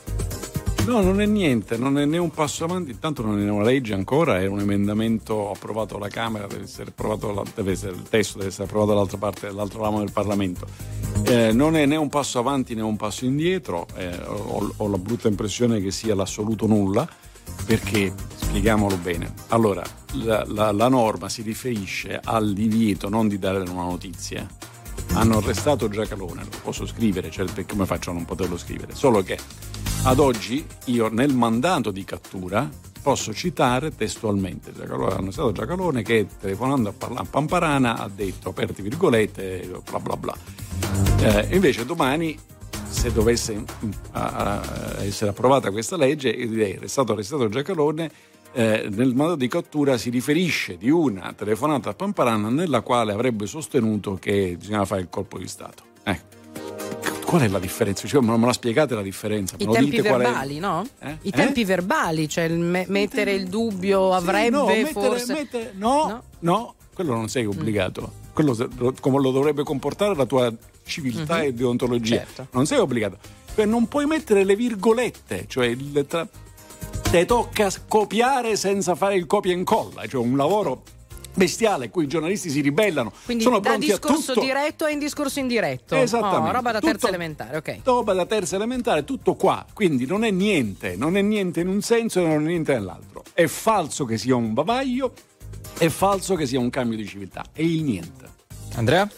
No, non è niente, non è né un passo avanti, intanto non è una legge ancora, è un emendamento approvato alla Camera, deve essere approvato, deve essere, il testo deve essere approvato dall'altra parte, dall'altro ramo del Parlamento. Eh, non è né un passo avanti né un passo indietro, eh, ho, ho la brutta impressione che sia l'assoluto nulla, perché, spieghiamolo bene, allora la, la, la norma si riferisce al divieto non di dare una notizia. Hanno arrestato Giacalone, lo posso scrivere, cioè, perché come faccio a non poterlo scrivere? Solo che ad oggi io nel mandato di cattura posso citare testualmente Giacalone, hanno arrestato Giacalone che telefonando a, Parla, a Pamparana ha detto, aperti virgolette, bla bla bla. Eh, invece domani, se dovesse uh, uh, essere approvata questa legge, direi è stato arrestato Giacalone. Eh, nel mandato di cattura si riferisce di una telefonata a Pamparana nella quale avrebbe sostenuto che bisognava fare il colpo di Stato. Eh. Qual è la differenza? Cioè, non me la spiegate la differenza? I me tempi dite verbali, è... no? Eh? I eh? tempi verbali, cioè il me- mettere il dubbio, avrebbe sì, no, mettere, forse... Mettere, no, no, no, quello non sei obbligato. Mm. Quello lo, come lo dovrebbe comportare la tua civiltà mm-hmm. e deontologia. Certo. Non sei obbligato. Cioè, non puoi mettere le virgolette, cioè il tra... te tocca copiare senza fare il copia e incolla, cioè un lavoro bestiale a cui i giornalisti si ribellano. Quindi sono da pronti discorso a tutto. diretto a in discorso indiretto. Esattamente. Oh, roba da tutto, terza elementare, ok. Roba da terza elementare, tutto qua. Quindi non è niente, non è niente in un senso e non è niente nell'altro. È falso che sia un bavaglio, è falso che sia un cambio di civiltà, è il niente. Andrea?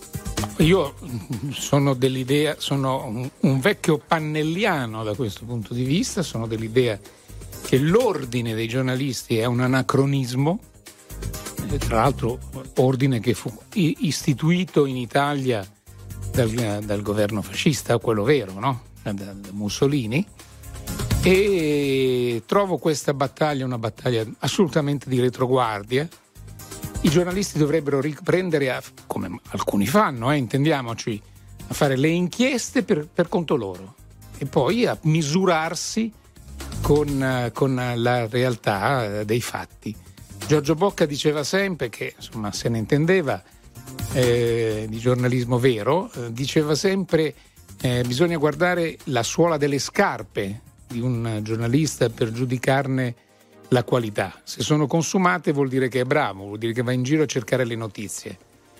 Io sono dell'idea, sono un, un vecchio pannelliano da questo punto di vista, sono dell'idea che l'ordine dei giornalisti è un anacronismo, e tra l'altro ordine che fu istituito in Italia dal, dal governo fascista, quello vero, no? Da, da Mussolini, e trovo questa battaglia una battaglia assolutamente di retroguardia. I giornalisti dovrebbero riprendere, a, come alcuni fanno, eh, intendiamoci, a fare le inchieste per, per conto loro e poi a misurarsi con, con la realtà dei fatti. Giorgio Bocca diceva sempre che, insomma, se ne intendeva eh, di giornalismo vero, eh, diceva sempre eh, bisogna guardare la suola delle scarpe di un giornalista per giudicarne la qualità. Se sono consumate vuol dire che è bravo, vuol dire che va in giro a cercare le notizie.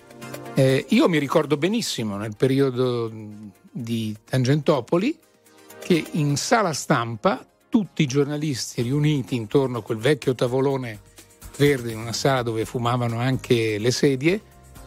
Eh, io mi ricordo benissimo nel periodo di Tangentopoli che in sala stampa tutti i giornalisti riuniti intorno a quel vecchio tavolone verde in una sala dove fumavano anche le sedie,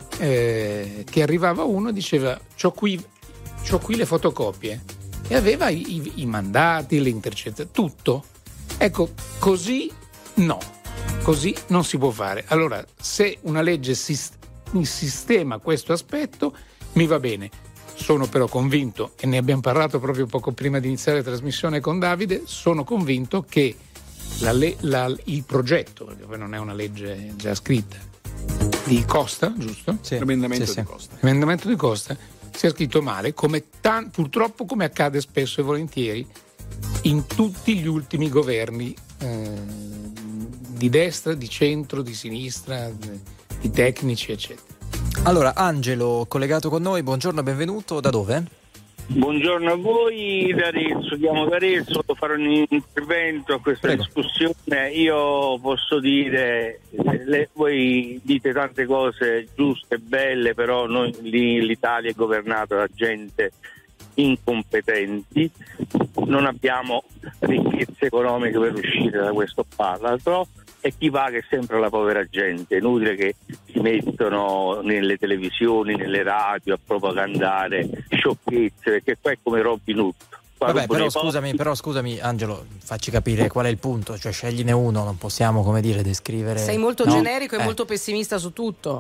eh, che arrivava uno e diceva c'ho qui, c'ho qui le fotocopie e aveva i, i, i mandati, le intercettazioni, tutto. Ecco, così no, così non si può fare. Allora, se una legge sist- sistema questo aspetto, mi va bene. Sono però convinto, e ne abbiamo parlato proprio poco prima di iniziare la trasmissione con Davide, sono convinto che la le- la, il progetto, perché poi non è una legge già scritta, di Costa, giusto? Sì, l'emendamento sì, di sì. Costa. L'emendamento di Costa sia scritto male, come tan- purtroppo come accade spesso e volentieri in tutti gli ultimi governi eh, di destra, di centro, di sinistra, di tecnici, eccetera. Allora, Angelo, collegato con noi, buongiorno, benvenuto. Da dove? Buongiorno a voi, da Arezzo, chiamo da Arezzo, voglio fare un intervento a questa Prego. discussione. Io posso dire, le, voi dite tante cose giuste e belle, però noi, lì, l'Italia è governata da gente incompetenti, non abbiamo ricchezze economiche per uscire da questo baratro e chi paga è sempre la povera gente. È inutile che si mettono nelle televisioni, nelle radio a propagandare sciocchezze, perché qua è come Robin Hood. Qua Vabbè, rubano però i posti. scusami, però scusami Angelo, facci capire qual è il punto, cioè scegliene uno, non possiamo, come dire, descrivere. Sei molto no? generico e Eh. molto pessimista su tutto.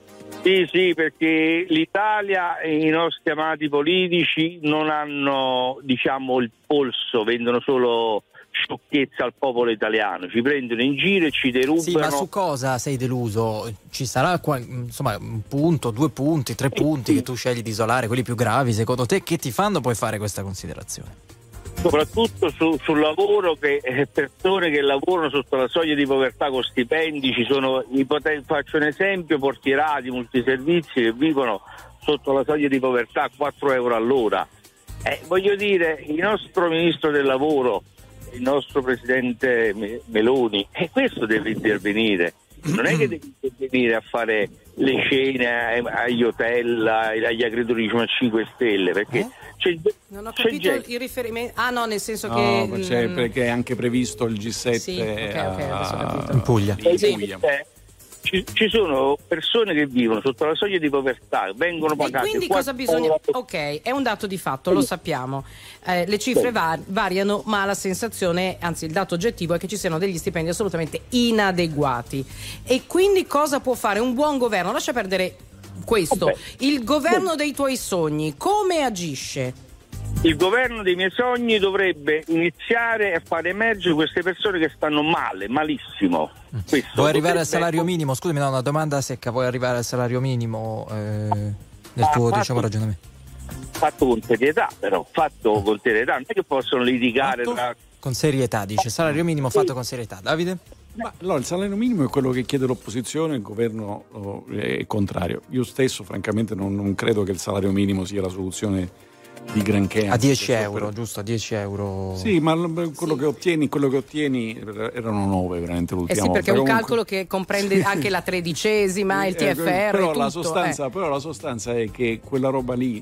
Sì, sì, perché l'Italia e i nostri amati politici non hanno, diciamo, il polso, vendono solo sciocchezze al popolo italiano, ci prendono in giro e ci derubano. Sì, ma su cosa sei deluso? Ci sarà qua, insomma un punto, due punti, tre punti che tu scegli di isolare, quelli più gravi secondo te, che ti fanno poi fare questa considerazione? Soprattutto su, sul lavoro, che eh, persone che lavorano sotto la soglia di povertà con stipendi, ci sono, ipote- faccio un esempio, portierati, multiservizi che vivono sotto la soglia di povertà, quattro euro all'ora. Eh, voglio dire, il nostro ministro del lavoro, il nostro presidente Me- Meloni, e eh, questo deve intervenire. Non è che deve intervenire a fare le cene agli hotel, agli agricoltori a cinque stelle, perché Eh? c'è, Non ho c'è capito gente- il riferimento. Ah no, nel senso No, che c'è, mm, perché è anche previsto il G sette Sì, ok, ok, adesso ho capito. In Puglia. lì in Puglia. Eh, Ci, ci sono persone che vivono sotto la soglia di povertà, vengono E pagate. quindi quattro cosa bisogna? euro. Ok, è un dato di fatto, lo sappiamo. Eh, le cifre va- variano, ma la sensazione, anzi il dato oggettivo è che ci siano degli stipendi assolutamente inadeguati. E quindi cosa può fare un buon governo? Lascia perdere questo. Vabbè. Il governo dei tuoi sogni, come agisce? Il governo dei miei sogni dovrebbe iniziare a fare emergere queste persone che stanno male, malissimo. Questo Vuoi arrivare al dovrebbe- salario minimo? Scusami, no, una domanda secca. Vuoi arrivare al salario minimo eh, nel Ah, tuo fatto- diciamo ragionamento? Fatto con serietà, però, fatto con serietà, non è che possono litigare Fatto tra... con serietà, dice salario minimo fatto con serietà. Davide? Ma allora, il salario minimo è quello che chiede l'opposizione, il governo oh, è contrario. Io stesso, francamente, non, non credo che il salario minimo sia la soluzione di granché. A anzi, dieci questo euro, per- giusto? A dieci euro. Sì, ma l- quello che ottieni, quello che ottieni erano nove veramente Eh l'ultima sì, perché è un volta. calcolo che comprende anche la tredicesima, il T F R, Eh, però, tutto, la sostanza, eh. però la sostanza è che quella roba lì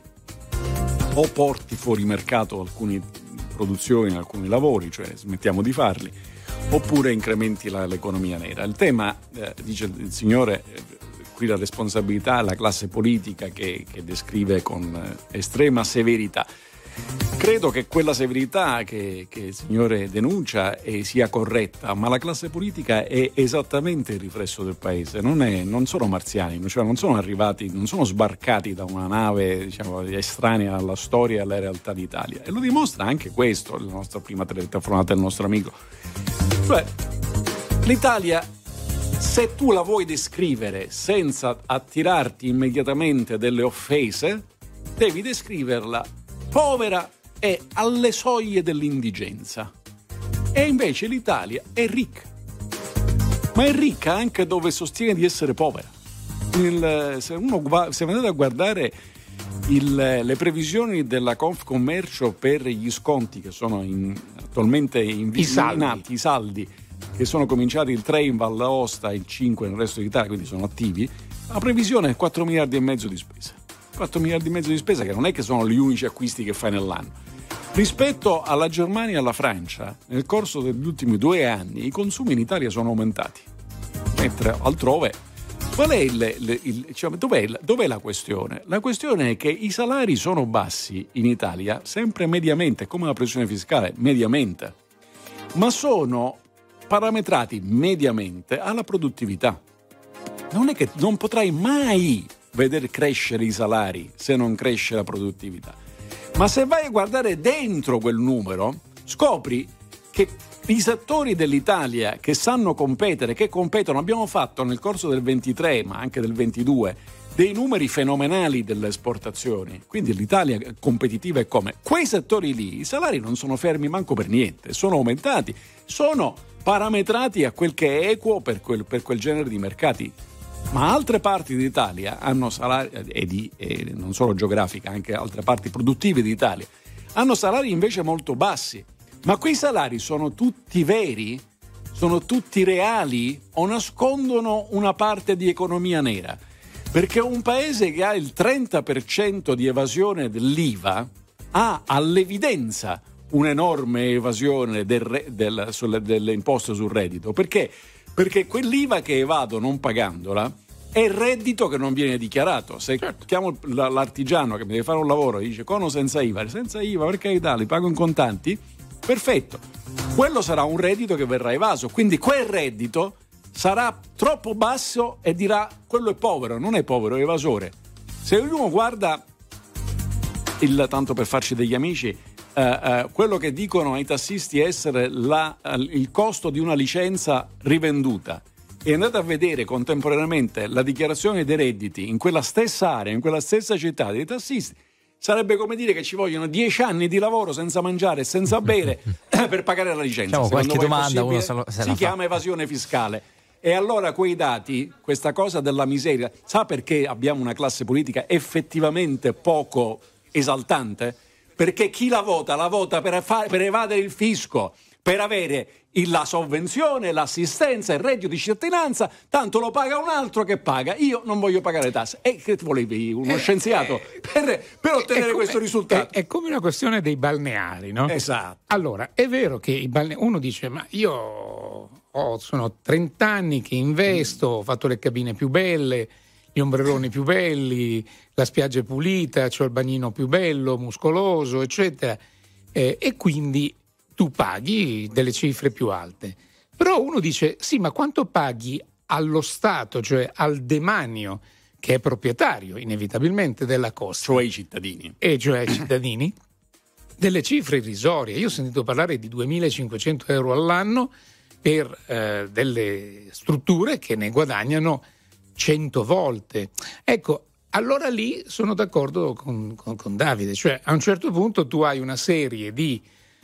o porti fuori mercato alcune produzioni, alcuni lavori, cioè smettiamo di farli, oppure incrementi la- l'economia nera. Il tema, eh, dice il signore, eh, qui la responsabilità è la classe politica che, che descrive con eh, estrema severità. Credo che quella severità che, che il signore denuncia eh, sia corretta, ma la classe politica è esattamente il riflesso del paese, non, è, non sono marziani, cioè non sono arrivati, non sono sbarcati da una nave, diciamo, estranea alla storia e alla realtà d'Italia. E lo dimostra anche questo, la nostra prima telefonata del nostro amico. Cioè, l'Italia, se tu la vuoi descrivere senza attirarti immediatamente delle offese, devi descriverla povera e alle soglie dell'indigenza. E invece l'Italia è ricca, ma è ricca anche dove sostiene di essere povera. Il, se uno va, se andate a guardare il, le previsioni della Confcommercio per gli sconti che sono in, attualmente in, I saldi. in atti, i saldi che sono cominciati il tre in Valle d'Aosta, il cinque nel resto d'Italia, quindi sono attivi, la previsione è quattro miliardi e mezzo di spesa. quattro miliardi e mezzo di spesa, che non è che sono gli unici acquisti che fai nell'anno. Rispetto alla Germania e alla Francia, nel corso degli ultimi due anni i consumi in Italia sono aumentati, mentre altrove. Qual è il, il, il, diciamo, dov'è, dov'è la questione? La questione è che i salari sono bassi in Italia, sempre mediamente, come la pressione fiscale, mediamente, ma sono parametrati mediamente alla produttività. Non è che non potrai mai vedere crescere i salari se non cresce la produttività. Ma se vai a guardare dentro quel numero, scopri che i settori dell'Italia che sanno competere, che competono, abbiamo fatto nel corso del ventitré, ma anche del ventidue, dei numeri fenomenali delle esportazioni. Quindi l'Italia competitiva è come? Quei settori lì, i salari non sono fermi manco per niente, sono aumentati, sono parametrati a quel che è equo per quel, per quel genere di mercati. Ma altre parti d'Italia hanno salari, e, di, e non solo geografica, anche altre parti produttive d'Italia, hanno salari invece molto bassi. Ma quei salari sono tutti veri? Sono tutti reali? O nascondono una parte di economia nera? Perché un paese che ha il trenta per cento di evasione dell'I V A ha all'evidenza un'enorme evasione del re, del, sulle, delle imposte sul reddito, perché perché quell'I V A che evado non pagandola è il reddito che non viene dichiarato. Se certo. chiamo l'artigiano che mi deve fare un lavoro e dice con o senza I V A, senza I V A perché li pago in contanti, perfetto, quello sarà un reddito che verrà evaso, quindi quel reddito sarà troppo basso e dirà quello è povero. Non è povero, è evasore. Se uno guarda il, tanto per farci degli amici, uh, uh, quello che dicono ai tassisti essere la, uh, il costo di una licenza rivenduta, e andate a vedere contemporaneamente la dichiarazione dei redditi in quella stessa area, in quella stessa città dei tassisti, sarebbe come dire che ci vogliono dieci anni di lavoro senza mangiare e senza bere per pagare la licenza. Diciamo, qualche domanda uno se lo, se si chiama fa. evasione fiscale. E allora quei dati, questa cosa della miseria, sa perché abbiamo una classe politica effettivamente poco esaltante? Perché chi la vota, la vota per, fa- per evadere il fisco, per avere il, la sovvenzione, l'assistenza, il reddito di cittadinanza, tanto lo paga un altro che paga. Io non voglio pagare tasse. E che volevi uno scienziato per, per ottenere come, questo risultato? È, è come una questione dei balneari, no? Esatto. Allora, è vero che i balne- uno dice, ma io ho, sono trenta anni che investo, ho fatto le cabine più belle, gli ombrelloni più belli, la spiaggia è pulita, c'ho il bagnino più bello, muscoloso, eccetera. Eh, e quindi tu paghi delle cifre più alte. Però uno dice, sì, ma quanto paghi allo Stato, cioè al demanio, che è proprietario inevitabilmente della costa? Cioè i cittadini. E cioè i cittadini, delle cifre irrisorie. Io ho sentito parlare di duemilacinquecento euro all'anno per eh, delle strutture che ne guadagnano cento volte. Ecco, allora lì sono d'accordo con, con, con Davide, cioè a un certo punto tu hai una serie di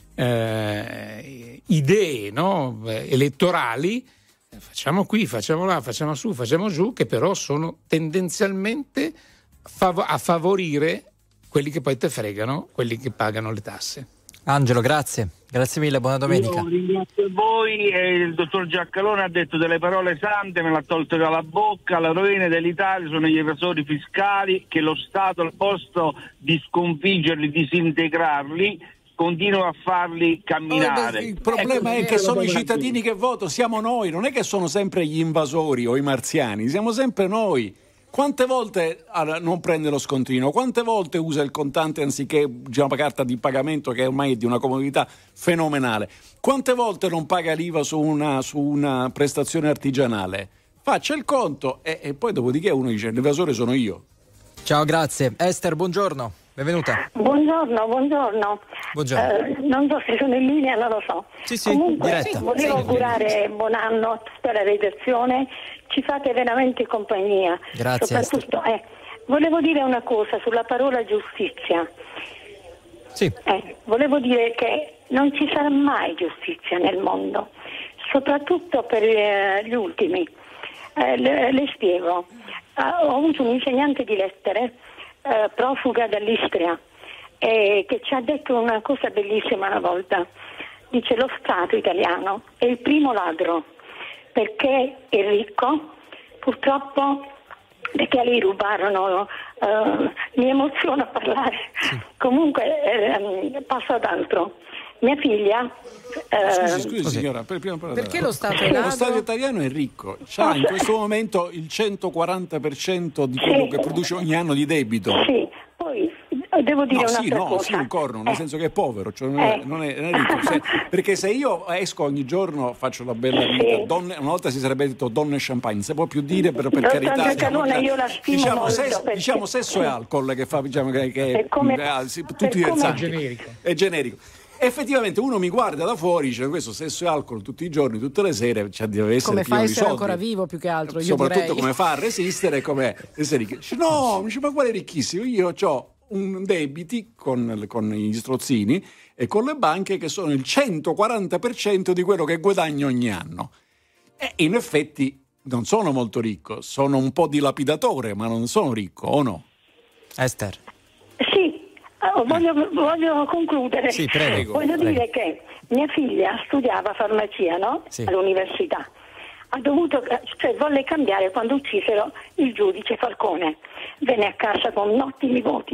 eh, idee, no? elettorali, facciamo qui, facciamo là, facciamo su, facciamo giù, che però sono tendenzialmente fav- a favorire quelli che poi te fregano, quelli che pagano le tasse. Angelo, grazie, grazie mille, buona domenica. Io ringrazio voi, e il dottor Giacalone ha detto delle parole sante, me l'ha tolte dalla bocca. La rovina dell'Italia sono gli evasori fiscali, che lo Stato al posto di sconfiggerli, disintegrarli, continua a farli camminare. Oh, il problema ecco, è che sono i cittadini che votano, siamo noi, non è che sono sempre gli invasori o i marziani, siamo sempre noi. Quante volte non prende lo scontrino? Quante volte usa il contante anziché una carta di pagamento che ormai è di una comodità fenomenale? Quante volte non paga l'I V A su una, su una prestazione artigianale? Faccia il conto e, e poi dopodiché uno dice l'evasore sono io. Ciao, grazie. Esther, buongiorno, benvenuta. Buongiorno, buongiorno. Buongiorno. Eh, non so se sono in linea, non lo so. Sì, sì, Comunque, diretta. volevo Sì, augurare buon anno a tutta la redazione, ci fate veramente compagnia. Grazie. Soprattutto, eh, volevo dire una cosa sulla parola giustizia. Sì. Eh, volevo dire che non ci sarà mai giustizia nel mondo, soprattutto per eh, gli ultimi. Eh, le, le spiego. Uh, ho avuto un insegnante di lettere uh, profuga dall'Istria eh, che ci ha detto una cosa bellissima una volta. Dice: lo Stato italiano è il primo ladro perché è ricco, purtroppo perché a lei rubarono, uh, mi emoziona a parlare. Sì. Comunque eh, passo ad altro. Mia figlia eh, scusi, scusi signora, per prima parola. Perché lo Stato è Lo Stato italiano è ricco, c'ha in questo momento il centoquaranta per cento di quello sì. che produce ogni anno di debito. Sì, poi devo dire no, un'altra sì, no, cosa. sì, un corno, nel eh. senso che è povero, cioè non, è, eh. non, è, non è ricco. Se, perché se io esco ogni giorno, faccio la bella vita, sì. donne, una volta si sarebbe detto donne e champagne, non si può più dire, però per Dottor carità. Giacalone, io la stimo diciamo, molto sesso, perché... diciamo sesso e alcol che fa, diciamo che, che è come, eh, sì, tutti come... è generico. È generico. Effettivamente uno mi guarda da fuori, dice questo sesso e alcol tutti i giorni, tutte le sere, cioè deve essere come fa a essere soldi. ancora vivo più che altro, io soprattutto direi. Come fa a resistere e come essere ricco. Dice, no, mi dice, ma quale ricchissimo? Io ho un debiti con, con gli strozzini e con le banche che sono il centoquaranta per cento di quello che guadagno ogni anno. E in effetti non sono molto ricco, sono un po' dilapidatore, ma non sono ricco, o no? Esther. Sì. Oh, voglio, voglio concludere. Sì, prego, voglio prego. dire che mia figlia studiava farmacia, no? Sì. All'università. Ha dovuto, cioè volle cambiare quando uccisero il giudice Falcone. Venne a casa con ottimi voti.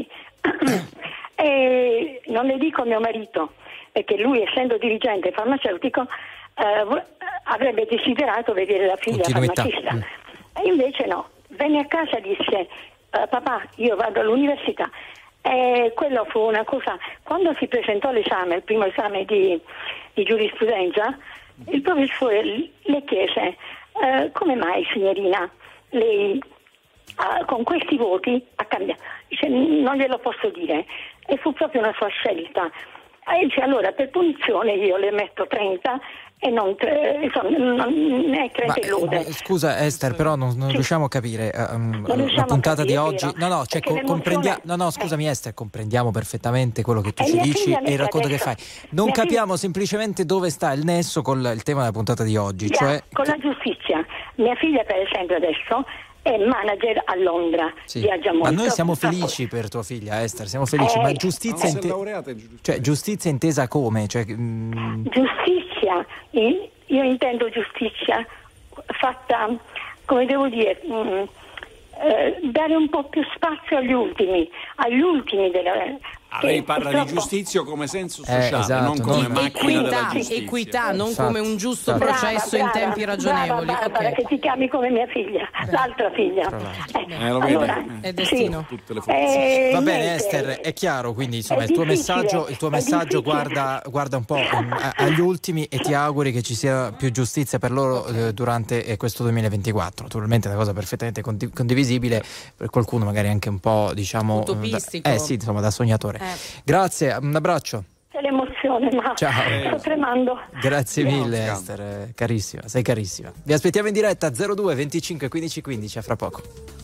E non le dico a mio marito, perché lui, essendo dirigente farmaceutico, eh, avrebbe desiderato vedere la figlia Continuità. farmacista. Mm. E invece no, venne a casa e disse eh, papà, io vado all'università. E quello fu una cosa, quando si presentò l'esame, il primo esame di, di giurisprudenza, il professore le chiese eh, come mai signorina lei eh, con questi voti ha cambiato? Dice non glielo posso dire, e fu proprio una sua scelta. E dice allora per punizione io le metto trenta e non, tre, insomma, non ne trenta e lode. Ma, scusa Esther, però non, non Sì. riusciamo a capire um, Non riusciamo la puntata a di capire, oggi. è vero, No, no, cioè, perché co- l'emozione- comprendiamo. No, no, scusami Esther, comprendiamo perfettamente quello che tu E ci mia dici figlia e il mette racconto che adesso- fai. Non mia figlia- capiamo semplicemente dove sta il nesso con il tema della puntata di oggi, Già, cioè con la giustizia. Mia figlia per esempio adesso è manager a Londra, sì. viaggia Ma molto. noi siamo felici per tua figlia Esther, siamo felici, Eh, ma Non giustizia, si è inte- laureata in giurisprudenza. cioè, giustizia intesa come? Cioè, mm, Giustizia, in- io intendo giustizia fatta, come devo dire, mh, eh, dare un po' più spazio agli ultimi, agli ultimi della... Ah, che lei parla di purtroppo- giustizia come senso Eh, sociale, esatto, non come non- macchina della Equità, giustizia. equità, non Infatti, come un giusto infatti. processo in tempi ragionevoli. Brava, Barbara, Ok. che ti chiami come mia figlia, l'altra figlia. Eh, lo vedi? allora, È destino. sì. Tutte le forze. Eh, Va bene niente. Esther, è chiaro, quindi insomma È il tuo difficile, messaggio, il tuo è messaggio difficile. guarda, guarda un po' um, a- agli ultimi e ti auguri che ci sia più giustizia per loro eh, durante eh, questo duemilaventiquattro. Naturalmente è una cosa perfettamente condi- condivisibile, per qualcuno magari anche un po' diciamo Utopistico. da, eh sì, insomma da sognatore. Eh. Grazie, un abbraccio. C'è l'emozione, ma Ciao. sto tremando. Grazie mille Ciao. Esther, eh, carissima, sei carissima. Vi aspettiamo in diretta zero due venticinque quindici quindici, a fra poco.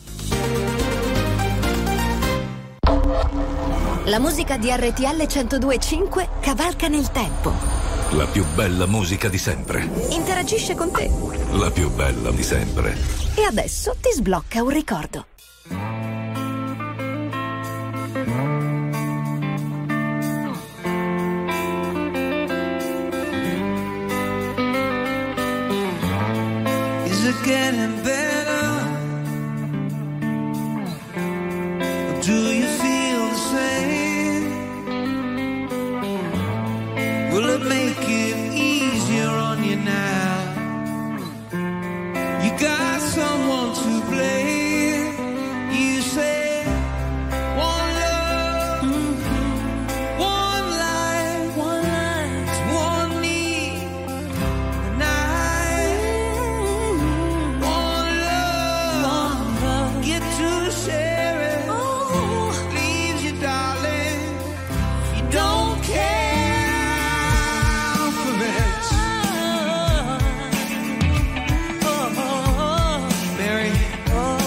La musica di R T L centodue e cinque cavalca nel tempo. La più bella musica di sempre. Interagisce con te. La più bella di sempre. E adesso ti sblocca un ricordo. Is it getting better? Or do you feel the same? Will it make it easier on you now? You got someone to blame. You say one love, one life, one life, one need, and I. One love, get to share it. Leaves you, darling. You don't care for it. Mary,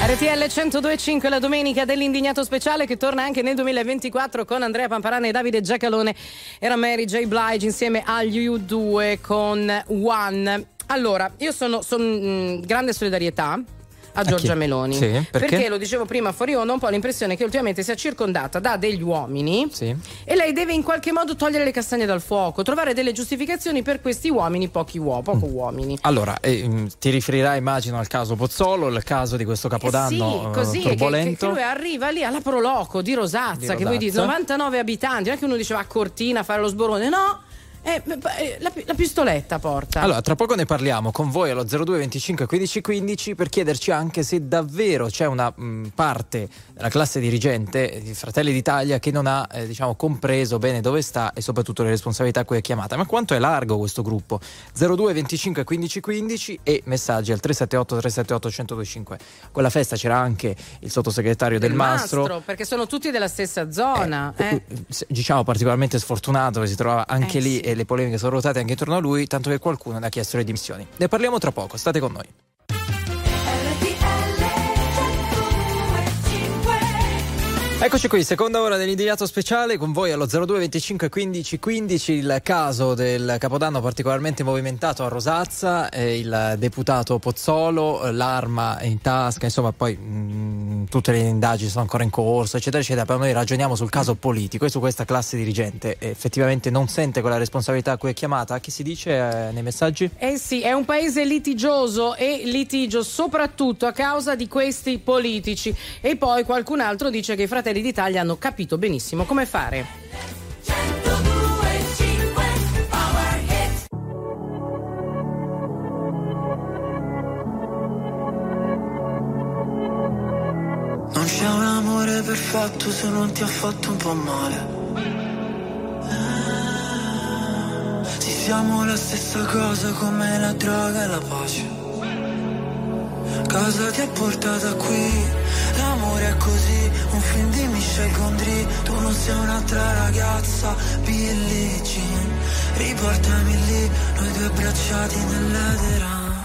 R T L centodue e cinque, la domenica dell'Indignato Speciale, che torna anche nel duemilaventiquattro con Andrea Pamparana e Davide Giacalone. Era Mary J. Blige insieme agli U due con One. Allora, io sono, sono mh, grande solidarietà a Giorgia a Meloni, sì, perché? perché lo dicevo prima fuori onda, ho un po' l'impressione che ultimamente sia circondata da degli uomini, sì, e lei deve in qualche modo togliere le castagne dal fuoco, trovare delle giustificazioni per questi uomini, pochi uomini, poco mm. uomini. Allora, eh, ti riferirai immagino al caso Pozzolo, il caso di questo capodanno eh sì, così, turbolento. che, che lui arriva lì alla Proloco di Rosazza, Di che Rosazza. voi dite novantanove abitanti, non è che uno diceva a Cortina a fare lo sborone, no. Eh, la, la pistoletta porta. Allora, tra poco ne parliamo con voi allo zero due venticinque quindici quindici per chiederci anche se davvero c'è una mh, parte della classe dirigente di Fratelli d'Italia che non ha eh, diciamo compreso bene dove sta e soprattutto le responsabilità a cui è chiamata. Ma quanto è largo questo gruppo? zero due venticinque quindici quindici e messaggi al tre sette otto tre sette otto uno zero due cinque. A quella festa c'era anche il sottosegretario Del, Del Mastro, Mastro, perché sono tutti della stessa zona. Eh, eh. Diciamo particolarmente sfortunato, che si trova anche Eh, lì sì. e le polemiche sono ruotate anche intorno a lui, tanto che qualcuno ne ha chiesto le dimissioni. Ne parliamo tra poco, state con noi. Eccoci qui, seconda ora dell'Indignato Speciale, con voi allo zero due venticinque quindici quindici. Il caso del Capodanno particolarmente movimentato a Rosazza, eh, il deputato Pozzolo, l'arma in tasca, insomma poi mh, tutte le indagini sono ancora in corso, eccetera eccetera. Però noi ragioniamo sul caso politico e su questa classe dirigente. E effettivamente non sente quella responsabilità a cui è chiamata. Che si dice eh, nei messaggi? Eh sì, è un paese litigioso e litigio soprattutto a causa di questi politici. E poi qualcun altro dice che i Fratelli d'Italia hanno capito benissimo come fare. Non c'è un amore perfetto se non ti ha fatto un po' male. Sì, siamo la stessa cosa come la droga e la pace. Cosa ti ha portata qui? L'amore è così, un film di Michel Gondry. Tu non sei un'altra ragazza, Billie Jean. Riportami lì, noi due abbracciati nell'edera.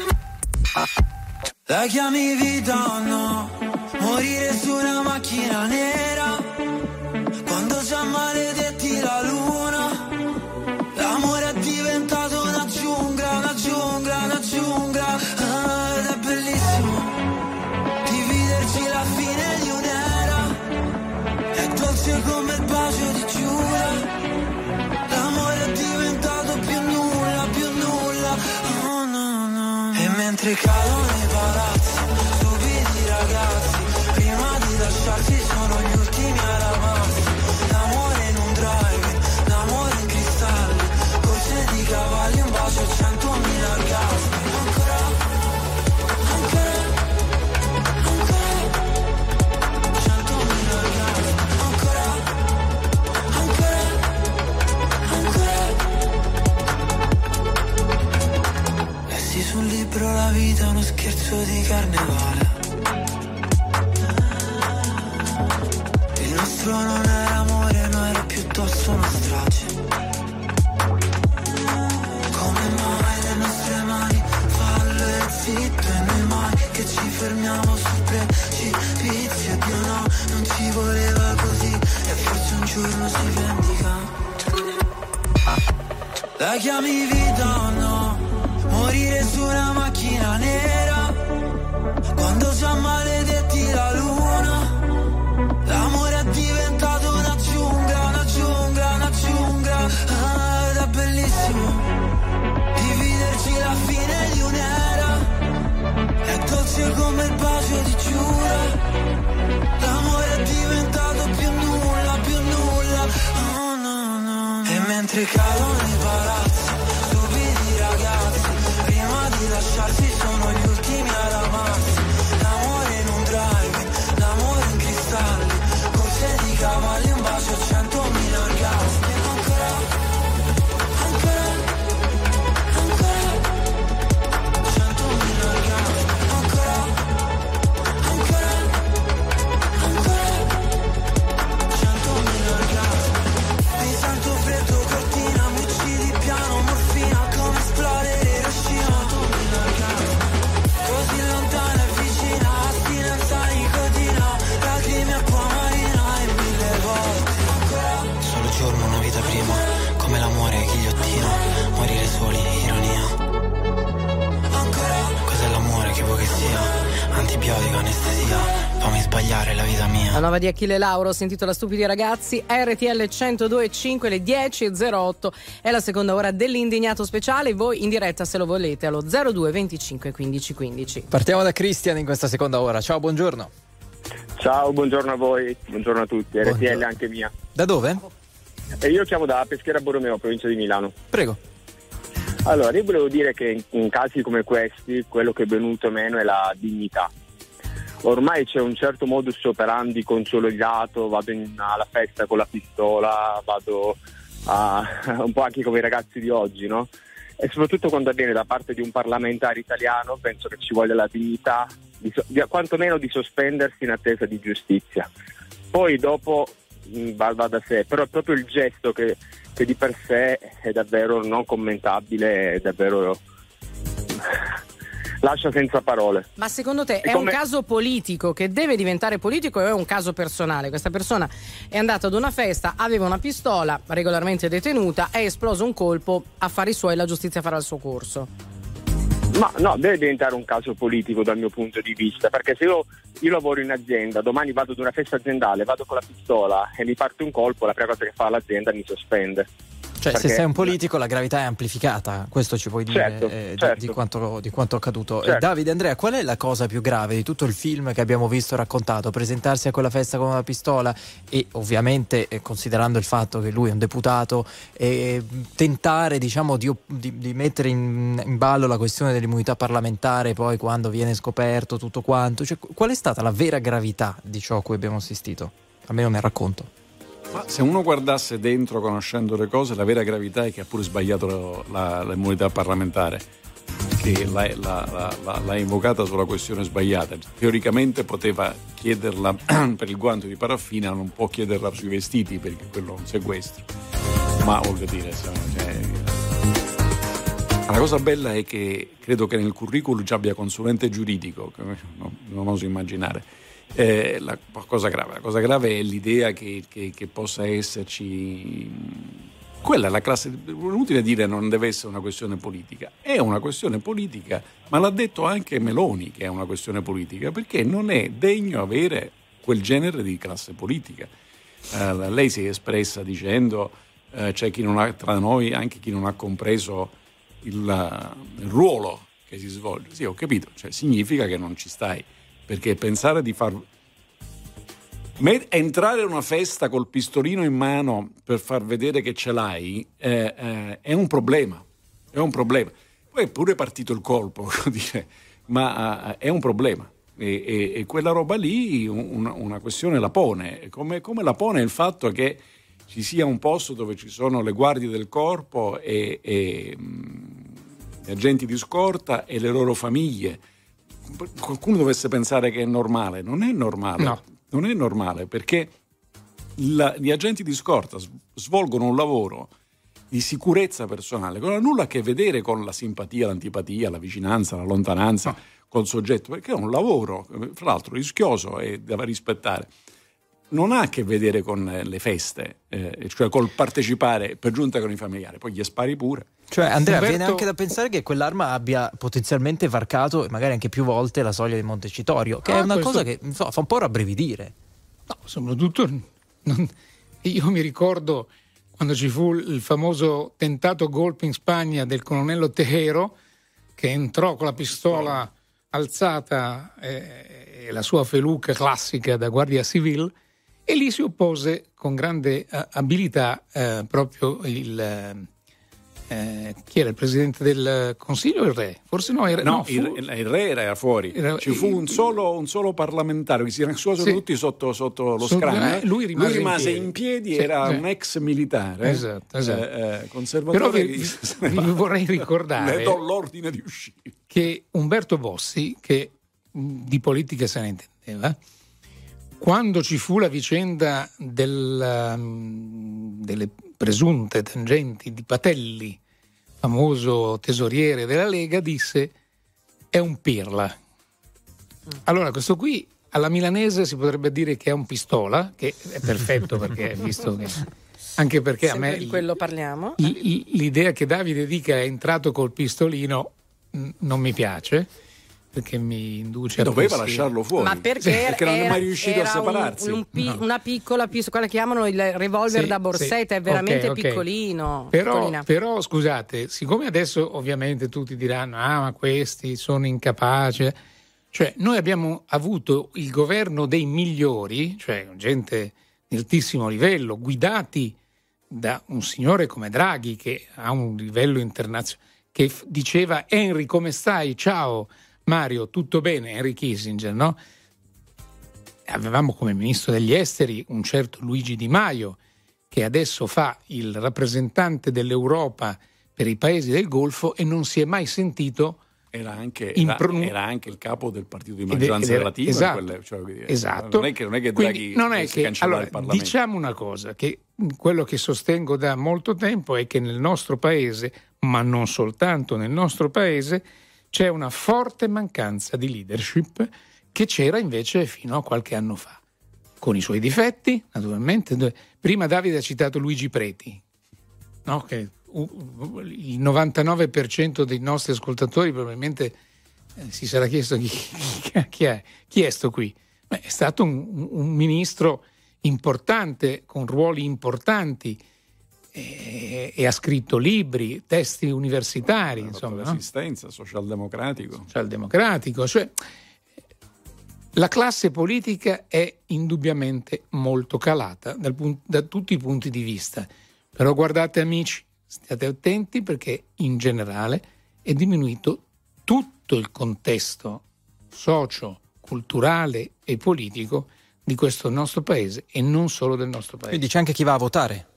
La chiami vita o no? Morire su una macchina nera, quando già maledetti la luna. L'amore è diventato una giungla, una giungla, una giungla. Ah, ed è bellissimo dividerci la fine di un'era. È dolce come il bacio di Giura. L'amore è diventato più nulla, più nulla. Oh no, no. E mentre cadono i palazzi, stupidi ragazzi, prima di lasciarsi sono gli ultimi ad amarsi. L'amore in un drive, l'amore in cristalli, corse di cavalli, un bacio e centomila orgasmi. Ancora, ancora, ancora, centomila orgasmi. Ancora, ancora, ancora. Lessi sul libro La vita è uno scherzo di carnevale. Il nostro non era amore, no, era piuttosto una strage. Come mai le nostre mani fallo e zitto e noi mai che ci fermiamo sul precipizio. Dio no, non ci voleva così e forse un giorno si vendica. La chiami vita o no? Morire su una macchina nera, quando già maledetti la luna. L'amore è diventato una giungla, una giungla, una giungla. Ah, ed è bellissimo dividerci la fine di un'era. È dolce come il bacio di Giura. L'amore è diventato più nulla, più nulla. Oh no, no. E mentre cadono i palazzi, stupidi ragazzi, prima di lasciarsi sono gli ultimi ad amarsi. L'amore in un drive, l'amore in cristalli, corse di cavalli, un bacio e centomila orgasmi. Ancora, ancora, ancora, centomila orgasmi. Ancora, ancora, ancora, centomila orgasmi. Mi sento freddo, cortina, mi uccidi piano, morfina, come esplodere Hiroshima. Centomila orgasmi. Così lontana e vicina, astinenza La nuova di Achille Lauro si intitola Stupidi ragazzi. R T L centodue e cinque, le dieci e zero otto è la seconda ora dell'Indignato Speciale. Voi in diretta se lo volete allo zero due venticinque quindici quindici. Partiamo da Cristian in questa seconda ora. Ciao, buongiorno. Ciao, buongiorno a voi, buongiorno a tutti. R T L Buongiorno. anche mia. Da dove? E io chiamo da Peschiera Borromeo, provincia di Milano. Prego. Allora, io volevo dire che in, in casi come questi quello che è venuto meno è la dignità. Ormai c'è un certo modus operandi consolidato, vado in, alla festa con la pistola, vado a, un po' anche come i ragazzi di oggi, no? E soprattutto quando avviene da parte di un parlamentare italiano penso che ci voglia la dignità, di, di, quantomeno di sospendersi in attesa di giustizia. Poi dopo mh, va, va da sé, però è proprio il gesto che, che di per sé è davvero non commentabile, è davvero... lascia senza parole. Ma secondo te è come... un caso politico che deve diventare politico o è un caso personale? Questa persona è andata ad una festa, aveva una pistola, regolarmente detenuta, è esploso un colpo, affari suoi, la giustizia farà il suo corso. Ma no, deve diventare un caso politico dal mio punto di vista, perché se io, io lavoro in azienda, domani vado ad una festa aziendale, vado con la pistola e mi parte un colpo, la prima cosa che fa l'azienda è mi sospende. Cioè, perché... se sei un politico la gravità è amplificata, questo ci puoi dire, certo, eh, di- certo. Di, quanto, di quanto accaduto. Certo. Eh, Davide, Andrea, qual è la cosa più grave di tutto il film che abbiamo visto e raccontato? Presentarsi a quella festa con una pistola e ovviamente, eh, considerando il fatto che lui è un deputato, eh, tentare diciamo di, di, di mettere in, in ballo la questione dell'immunità parlamentare poi quando viene scoperto tutto quanto. Cioè, qual è stata la vera gravità di ciò a cui abbiamo assistito? Almeno nel racconto. Ma se uno guardasse dentro conoscendo le cose, la vera gravità è che ha pure sbagliato la, l'immunità parlamentare, che l'ha, l'ha, l'ha, l'ha invocata sulla questione sbagliata. Teoricamente poteva chiederla per il guanto di paraffina, non può chiederla sui vestiti perché quello è un sequestro. Ma voglio dire, cioè, la cosa bella è che credo che nel curriculum già abbia consulente giuridico, no, non oso immaginare. Eh, la cosa grave, la cosa grave è l'idea che, che, che possa esserci quella è la classe, è inutile dire non deve essere una questione politica, è una questione politica, ma l'ha detto anche Meloni che è una questione politica, perché non è degno avere quel genere di classe politica. Eh, lei si è espressa dicendo eh, c'è chi non ha, tra noi anche chi non ha compreso il, il ruolo che si svolge. Sì, ho capito, cioè significa che non ci stai. Perché pensare di far Met- entrare in una festa col pistolino in mano per far vedere che ce l'hai eh, eh, è un problema, è un problema. Poi è pure partito il colpo, voglio dire, ma uh, è un problema e, e, e quella roba lì una, una questione la pone, come, come la pone il fatto che ci sia un posto dove ci sono le guardie del corpo e, e mh, gli agenti di scorta e le loro famiglie. Qualcuno dovesse pensare che è normale, non è normale, no. non è normale perché la, gli agenti di scorta svolgono un lavoro di sicurezza personale che non ha nulla a che vedere con la simpatia, l'antipatia, la vicinanza, la lontananza no. col soggetto, perché è un lavoro, fra l'altro rischioso e da rispettare. Non ha a che vedere con le feste, eh, cioè col partecipare per giunta con i familiari, poi gli spari pure. Cioè Andrea, Umberto... viene anche da pensare che quell'arma abbia potenzialmente varcato e magari anche più volte la soglia di Montecitorio, che ah, è una questo... cosa che so, fa un po' rabbrividire. No, soprattutto non... io mi ricordo quando ci fu il famoso tentato golpe in Spagna del colonnello Tejero, che entrò con la pistola alzata e eh, la sua feluca classica da guardia civile, e lì si oppose con grande uh, abilità uh, proprio il uh, chi era il presidente del Consiglio o il re? Forse no, era, no, no fu... il, il re era fuori. Era, Ci fu un solo, un solo parlamentare che si nascosero sì. tutti sotto, sotto lo scranno. Lui rimase, lui rimase in piedi, in piedi sì, era sì. un ex militare esatto, esatto. Eh, eh, conservatore. Però vi, vi, vi vorrei ricordare le do l'ordine di uscire, che Umberto Bossi, che di politica se ne intendeva, quando ci fu la vicenda del, um, delle presunte tangenti di Patelli, famoso tesoriere della Lega, disse è un pirla. Allora questo qui alla milanese si potrebbe dire che è un pistola, che è perfetto perché visto che anche perché sempre a me di quello parliamo. L'idea che Davide dica è entrato col pistolino non mi piace. perché mi induce a doveva pensiero. lasciarlo fuori. Ma perché, Sì, perché non è era- mai riuscito a era un- separarsi. un pi- No. una piccola pis- quella che chiamano il revolver Sì, da borsetta, sì. è veramente Ok, ok. piccolino. Però, piccolina. però, scusate, siccome adesso ovviamente tutti diranno ah ma questi sono incapaci, cioè noi abbiamo avuto il governo dei migliori, cioè gente di altissimo livello, guidati da un signore come Draghi che ha un livello internazionale, che f- diceva Henry come stai? Ciao Mario, tutto bene? Henry Kissinger, no? Avevamo come ministro degli esteri un certo Luigi Di Maio che adesso fa il rappresentante dell'Europa per i paesi del Golfo e non si è mai sentito Era anche, in era, pronun- era anche il capo del partito di ed- maggioranza ed era- relativa. esatto, quelle- cioè, voglio dire, esatto. Non è che, non è che Quindi Draghi non è potesse che- cancellare allora, il Parlamento. diciamo una cosa, che quello che sostengo da molto tempo è che nel nostro paese, ma non soltanto nel nostro paese, c'è una forte mancanza di leadership che c'era invece fino a qualche anno fa, con i suoi difetti, naturalmente. Dove- Prima Davide ha citato Luigi Preti, no? Che uh, il novantanove per cento dei nostri ascoltatori probabilmente eh, si sarà chiesto chi, chi, chi è, chi è sto qui. Beh, è stato un, un ministro importante, con ruoli importanti, e, e ha scritto libri, testi universitari, insomma, no? Assistenza, socialdemocratico. Socialdemocratico, cioè la classe politica è indubbiamente molto calata dal pun- da tutti i punti di vista. Però guardate amici, state attenti perché in generale è diminuito tutto il contesto socio, culturale e politico di questo nostro paese e non solo del nostro paese. Quindi c'è anche chi va a votare.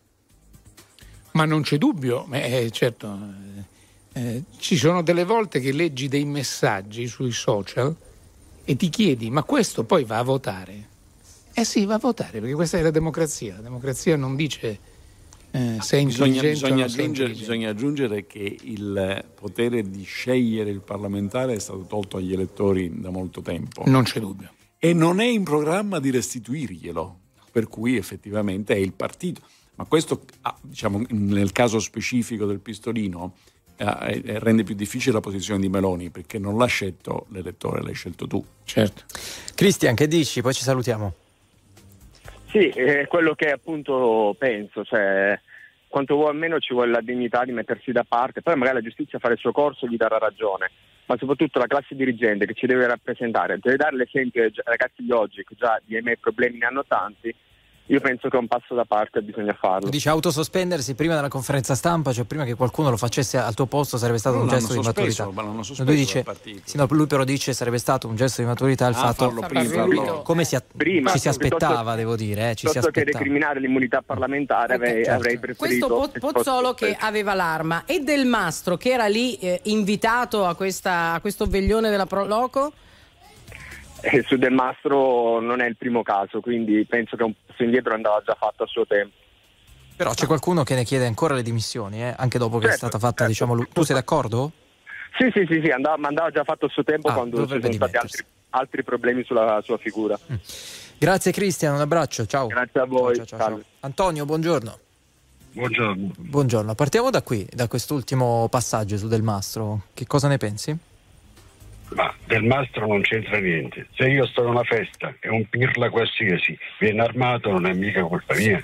Ma non c'è dubbio, eh, certo, eh, eh, ci sono delle volte che leggi dei messaggi sui social e ti chiedi, ma questo poi va a votare? Eh sì, va a votare, perché questa è la democrazia. La democrazia non dice eh, se è Bisogna, intelligente bisogna o non sei aggiungere, intelligente. bisogna aggiungere che il potere di scegliere il parlamentare è stato tolto agli elettori da molto tempo. Non c'è dubbio. E non è in programma di restituirglielo, per cui effettivamente è il partito. Ma questo, ah, diciamo, nel caso specifico del pistolino, eh, eh, rende più difficile la posizione di Meloni, perché non l'ha scelto l'elettore, l'hai scelto tu. Certo. Cristian, che dici? Poi ci salutiamo. Sì, è quello che appunto penso, cioè quanto vuoi almeno ci vuole la dignità di mettersi da parte, poi magari la giustizia fare il suo corso gli darà ragione, ma soprattutto la classe dirigente che ci deve rappresentare, deve dare l'esempio ai ragazzi di oggi che già di ahimè problemi ne hanno tanti. Io penso che un passo da parte bisogna farlo. Dice autosospendersi prima della conferenza stampa, cioè prima che qualcuno lo facesse al tuo posto sarebbe stato Non un l'hanno gesto di sospeso, maturità. ma l'hanno sospeso Lui dal dice, partito. sì, no, lui però dice sarebbe stato un gesto di maturità il Ah, fatto farlo prima, come, farlo- come si, a- Prima, ci si aspettava, piuttosto- devo dire, eh, ci si Piuttosto che aspettava. recriminare l'immunità parlamentare Ok, avrei, certo. avrei preferito Questo che Po- fosse Pozzolo che sospeso. aveva l'arma e Del Mastro che era lì eh, invitato a, questa, a questo veglione della Pro Loco. Eh, su Del Mastro non è il primo caso, quindi penso che un passo indietro andava già fatto a suo tempo. Però c'è qualcuno che ne chiede ancora le dimissioni, eh, anche dopo che è Certo, stata fatta, certo. diciamo, lui- tu sei d'accordo? Sì, sì, sì, sì, andava, ma andava già fatto a suo tempo Ah, quando ci dovrebbe sono stati altri, altri problemi sulla sua figura. Grazie Cristian, un abbraccio, ciao. Grazie a voi. Ciao, ciao, ciao. Antonio, buongiorno. Buongiorno. Buongiorno, partiamo da qui, da quest'ultimo passaggio su Del Mastro. Che cosa ne pensi? Ma Del Mastro non c'entra niente. Se io sto in una festa e un pirla qualsiasi viene armato non è mica colpa mia.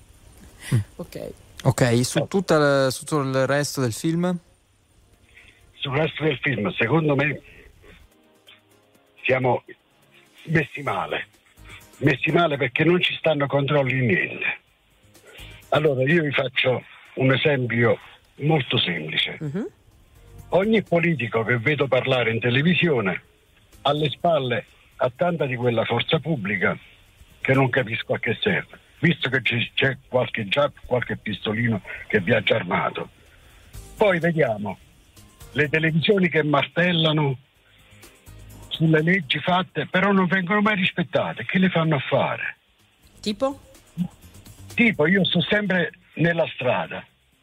Ok. Ok, su, tutta la- su tutto il resto del film? Sul resto del film, secondo me, siamo messi male. Messi male perché non ci stanno controlli in niente. Allora io vi faccio un esempio molto semplice. Ogni politico che vedo parlare in televisione alle spalle ha tanta di quella forza pubblica che non capisco a che serve, visto che ci- c'è qualche già qualche pistolino che viaggia armato. Poi vediamo le televisioni che martellano sulle leggi fatte, però non vengono mai rispettate. Che le fanno a fare? Tipo? Tipo, io sto sempre nella strada,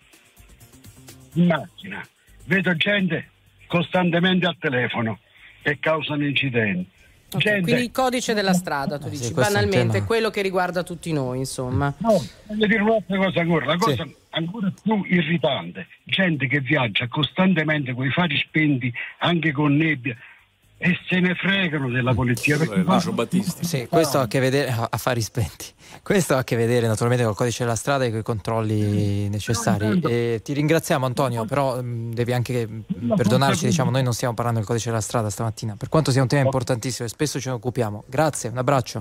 in macchina, vedo gente costantemente al telefono e causano incidenti. Ok, Gente- quindi il codice della strada, tu Eh, sì, dici, questo è un banalmente, tema. quello che riguarda tutti noi, insomma. No, voglio dire un'altra cosa ancora, la cosa Sì. ancora più irritante, gente che viaggia costantemente con i fari spenti, anche con nebbia, e se ne fregano della polizia. Perché Lucio Battisti. Sì, questo ha a che vedere, affari spenti. Questo ha a che vedere naturalmente col codice della strada e con i controlli necessari. E ti ringraziamo, Antonio, però mh, devi anche mh, perdonarci, diciamo, noi non stiamo parlando del codice della strada stamattina, per quanto sia un tema importantissimo e spesso ce ne occupiamo. Grazie, un abbraccio.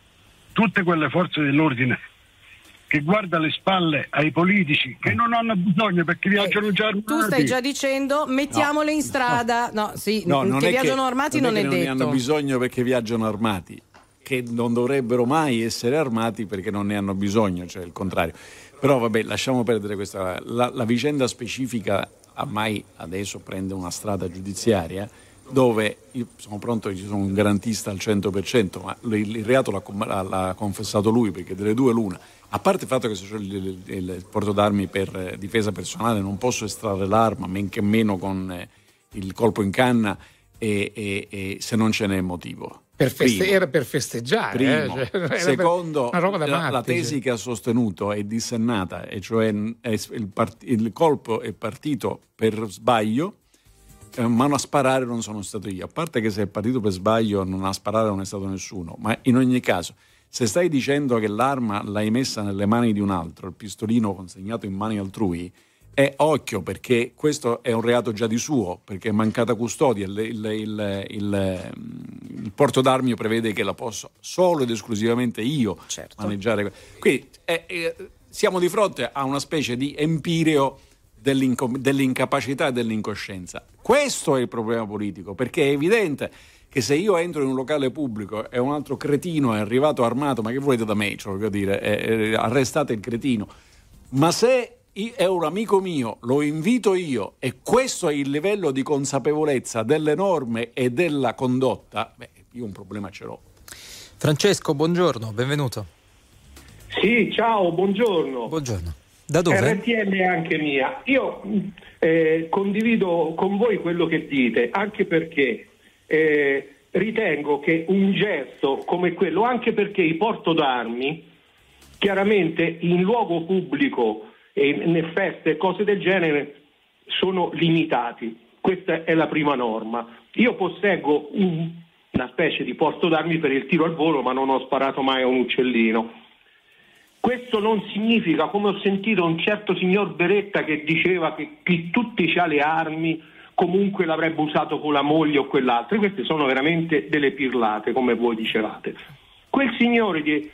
tutte quelle forze dell'ordine che guarda le spalle ai politici che non hanno bisogno perché viaggiano già armati. Tu stai già dicendo mettiamole no. in strada, no, sì, no, non che è viaggiano che, armati non, non è, è che detto. Non ne hanno bisogno perché viaggiano armati, che non dovrebbero mai essere armati perché non ne hanno bisogno, cioè il contrario. Però vabbè, lasciamo perdere questa. La, la vicenda specifica ormai adesso prende una strada giudiziaria dove io sono pronto, ci sono un garantista al cento per cento, ma il, il reato l'ha, l'ha confessato lui, perché delle due l'una. A parte il fatto che se ho il, il, il porto d'armi per difesa personale non posso estrarre l'arma, men che meno con eh, il colpo in canna, e, e, e se non ce n'è motivo. Per feste- era per festeggiare. Primo. Eh? Cioè, Secondo, una roba da la, matti, la tesi cioè. che ha sostenuto è dissennata, e cioè è il, part- il colpo è partito per sbaglio, eh, ma a sparare non sono stato io. A parte che se è partito per sbaglio non a sparare non è stato nessuno, ma in ogni caso, se stai dicendo che l'arma l'hai messa nelle mani di un altro, il pistolino consegnato in mani altrui, è occhio, perché questo è un reato già di suo, perché è mancata custodia. Il, il, il, il, il porto d'armi prevede che la posso solo ed esclusivamente io certo. maneggiare. Quindi eh, eh, siamo di fronte a una specie di empireo dell'inco- dell'incapacità e dell'incoscienza. Questo è il problema politico, perché è evidente che se io entro in un locale pubblico e un altro cretino è arrivato armato, ma che volete da me? Cioè, voglio dire, eh, eh, arrestate il cretino. Ma se è un amico mio, lo invito io, e questo è il livello di consapevolezza delle norme e della condotta, beh, io un problema ce l'ho. Francesco, buongiorno, benvenuto. Sì, ciao, buongiorno. Buongiorno. Da dove? R T L è anche mia. Io eh, condivido con voi quello che dite, anche perché eh, ritengo che un gesto come quello, anche perché i porto d'armi, chiaramente in luogo pubblico e nelle feste e cose del genere sono limitati. Questa è la prima norma. Io posseggo un, una specie di porto d'armi per il tiro al volo, ma non ho sparato mai a un uccellino. Questo non significa, come ho sentito un certo signor Beretta che diceva che chi tutti ha le armi comunque l'avrebbe usato con la moglie o quell'altro. Queste sono veramente delle pirlate, come voi dicevate. Quel signore di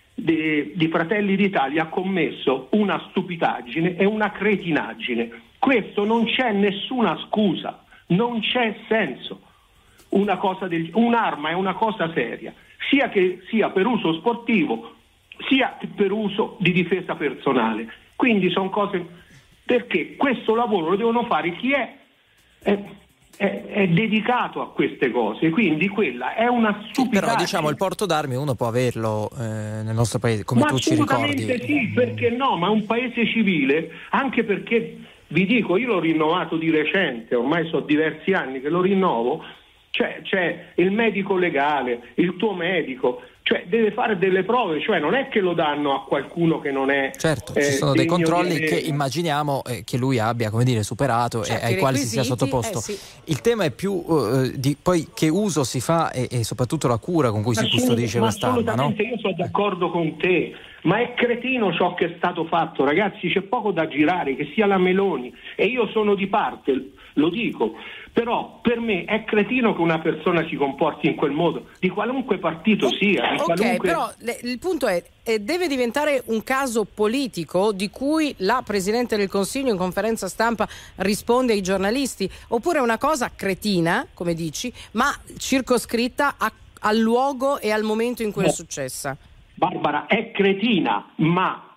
Di, di Fratelli d'Italia ha commesso una stupidaggine e una cretinaggine. Questo non c'è nessuna scusa, non c'è senso. Una cosa del, un'arma è una cosa seria, sia che sia per uso sportivo, sia che per uso di difesa personale. Quindi sono cose, perché questo lavoro lo devono fare chi è, è È, è dedicato a queste cose, quindi quella è una stupidaggine. Però diciamo il porto d'armi uno può averlo eh, nel nostro paese, come ma tu ci ricordi. Assolutamente sì, perché no, ma è un paese civile, anche perché vi dico, io l'ho rinnovato di recente, ormai sono diversi anni che lo rinnovo, cioè c'è il medico legale, il tuo medico, cioè deve fare delle prove, cioè non è che lo danno a qualcuno che non è certo, eh, ci sono dei controlli di... che immaginiamo eh, che lui abbia, come dire, superato, cioè, e ai quali si sia sottoposto. Eh, sì. Il tema è più uh, di poi che uso si fa e, e soprattutto la cura con cui si custodisce quest'arma, no? Assolutamente, io sono d'accordo con te, ma è cretino ciò che è stato fatto, ragazzi, c'è poco da girare, che sia la Meloni, e io sono di parte, lo dico, però per me è cretino che una persona si comporti in quel modo, di qualunque partito sia. Di ok, qualunque... però le, il punto è, eh, deve diventare un caso politico di cui la Presidente del Consiglio in conferenza stampa risponde ai giornalisti, oppure è una cosa cretina, come dici, ma circoscritta a, al luogo e al momento in cui no. è successa? Barbara, è cretina, ma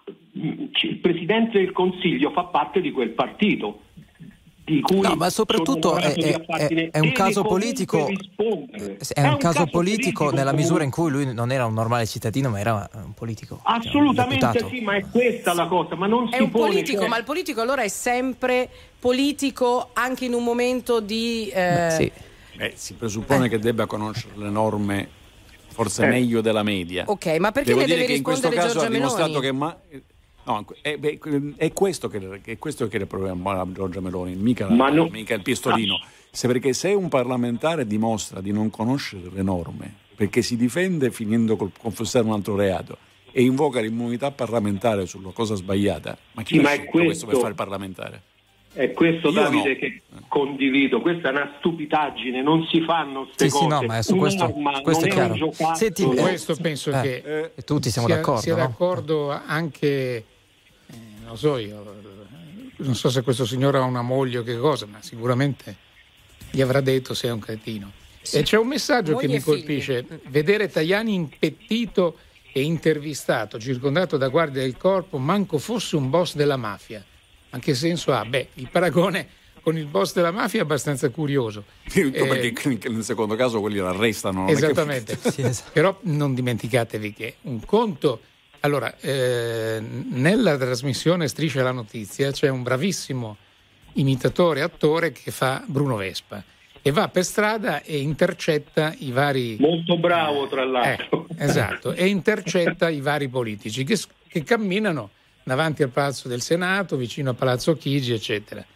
il Presidente del Consiglio fa parte di quel partito. Di cui no, ma soprattutto è, è, è, è un caso politico, è, è un, un caso, caso politico, politico nella comunque. misura in cui lui non era un normale cittadino, ma era un politico. Assolutamente cioè un sì, ma è questa la cosa, ma non è si un pone, politico, cioè... ma il politico allora è sempre politico anche in un momento di eh... Beh, sì. Beh, si presuppone eh. che debba conoscere le norme forse eh. meglio della media. Ok, ma perché Devo ne dire deve che in questo rispondere caso Giorgia ha dimostrato Meloni? che ma... No, è, beh, è, questo che, è questo che è il problema a Giorgia Meloni, mica, Ma no. mica il pistolino. Se perché se un parlamentare dimostra di non conoscere le norme, perché si difende finendo col confessare un altro reato e invoca l'immunità parlamentare sulla cosa sbagliata, ma chi Sì, ha ma è scelto questo questo- per fare il parlamentare? È questo, Io Davide, no. che condivido. Questa è una stupidaggine, non si fanno queste Sì, sì, cose. no, ma su questo- Un'arma questo è non è un chiaro. giocattolo. Senti, Su eh, questo penso eh, che e tutti siamo sia, d'accordo, sia no? d'accordo anche, eh, non lo so io, non so se questo signore ha una moglie o che cosa, ma sicuramente gli avrà detto sei un cretino. Sì. E c'è un messaggio Moglie che mi e figli. colpisce: vedere Tajani impettito e intervistato, circondato da guardie del corpo, manco fosse un boss della mafia. Ma che senso ha? Beh, il paragone con il boss della mafia è abbastanza curioso. Eh, Eh, perché nel secondo caso quelli lo arrestano. Non è che- Esattamente. Sì, esatto. Però non dimenticatevi che un conto. Allora, eh, nella trasmissione Striscia la Notizia c'è un bravissimo imitatore, attore che fa Bruno Vespa e va per strada e intercetta i vari. Molto bravo, tra l'altro. Eh, esatto, e intercetta i vari politici che, che camminano davanti al Palazzo del Senato, vicino a Palazzo Chigi, eccetera.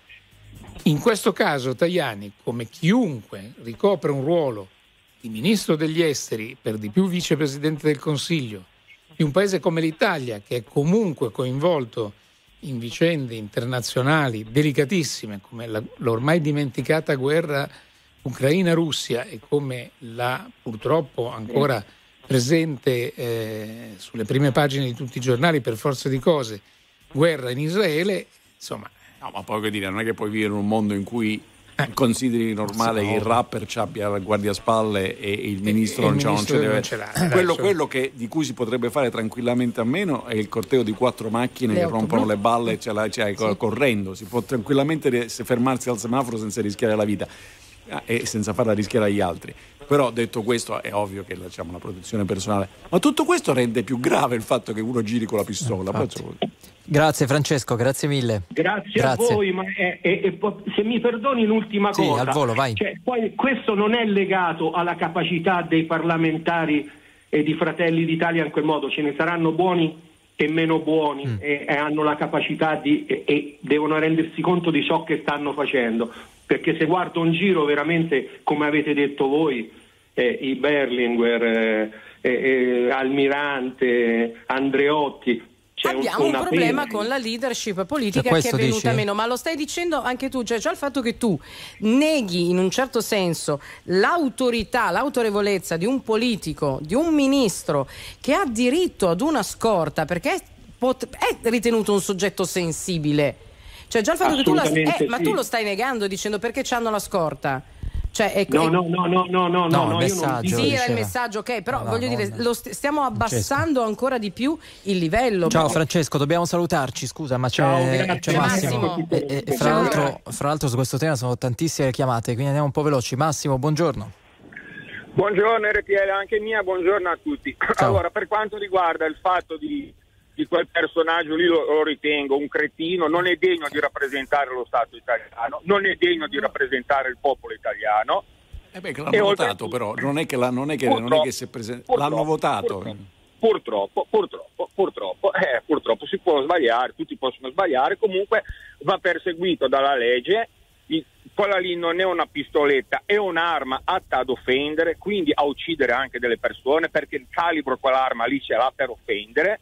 In questo caso Tajani, come chiunque ricopre un ruolo di ministro degli esteri, per di più vicepresidente del Consiglio, di un paese come l'Italia, che è comunque coinvolto in vicende internazionali delicatissime, come la, l'ormai dimenticata guerra Ucraina-Russia e come la purtroppo ancora presente eh, sulle prime pagine di tutti i giornali per forza di cose, guerra in Israele, insomma. No, ma poi che dire, non è che puoi vivere in un mondo in cui consideri normale che il rapper ci abbia la guardiaspalle e il ministro e il non, c'ha- non ministro ce deve. non ce l'ha. Dai, quello, su. quello che, di cui si potrebbe fare tranquillamente a meno è il corteo di quattro macchine Le che auto rompono blu. le balle e ce la, cioè, co- correndo. Si può tranquillamente ri- se fermarsi al semaforo senza rischiare la vita ah, e senza farla rischiare agli altri. Però detto questo è ovvio che diciamo, la protezione personale. Ma tutto questo rende più grave il fatto che uno giri con la pistola. Poi, insomma, Grazie Francesco, grazie mille. Grazie, Grazie. a voi, ma è- è- è- se mi perdoni un'ultima Sì, cosa. al volo, vai. Cioè, poi questo non è legato alla capacità dei parlamentari e di Fratelli d'Italia in quel modo, ce ne saranno buoni e meno buoni Mm. e, e hanno la capacità di e, e devono rendersi conto di ciò che stanno facendo, perché se guardo in giro veramente, come avete detto voi, eh, i Berlinguer, eh, eh, eh, Almirante, Andreotti, c'è Abbiamo un una problema pena. con la leadership politica Cioè, che è questo venuta dici? meno, ma lo stai dicendo anche tu, cioè già il fatto che tu neghi in un certo senso l'autorità, l'autorevolezza di un politico, di un ministro che ha diritto ad una scorta perché è, pot- è ritenuto un soggetto sensibile. Cioè già il fatto che tu la, Assolutamente eh, ma sì. tu lo stai negando dicendo perché c'hanno la scorta. Cioè, è, No, è- no, no, no, no, no, No, no, il io non messaggio. dico- Sì, era il diceva. messaggio, ok, però No, voglio no, dire, no. lo st- stiamo abbassando ancora di più il livello. Ciao perché- Francesco, dobbiamo salutarci, scusa, ma c'è, Ciao, grazie, c'è Massimo. Massimo. E, e- e fra, Ciao. l'altro, fra l'altro su questo tema sono tantissime chiamate, quindi andiamo un po' veloci. Massimo, buongiorno. Buongiorno R T L, anche mia, buongiorno a tutti. Ciao. Allora, per quanto riguarda il fatto di, di quel personaggio lì, lo, lo ritengo un cretino, non è degno di rappresentare lo Stato italiano, non è degno di rappresentare il popolo italiano. eh beh, che l'hanno E votato, oltretutto- però non è che, la, non è che, non è Purtroppo- che si è presentato. purtroppo- L'hanno votato. Purtroppo, purtroppo, purtroppo, eh, purtroppo si può sbagliare, tutti possono sbagliare, comunque va perseguito dalla legge. Il- quella lì non è una pistoletta, è un'arma atta ad offendere, quindi a uccidere anche delle persone, perché il calibro quell'arma lì ce l'ha per offendere.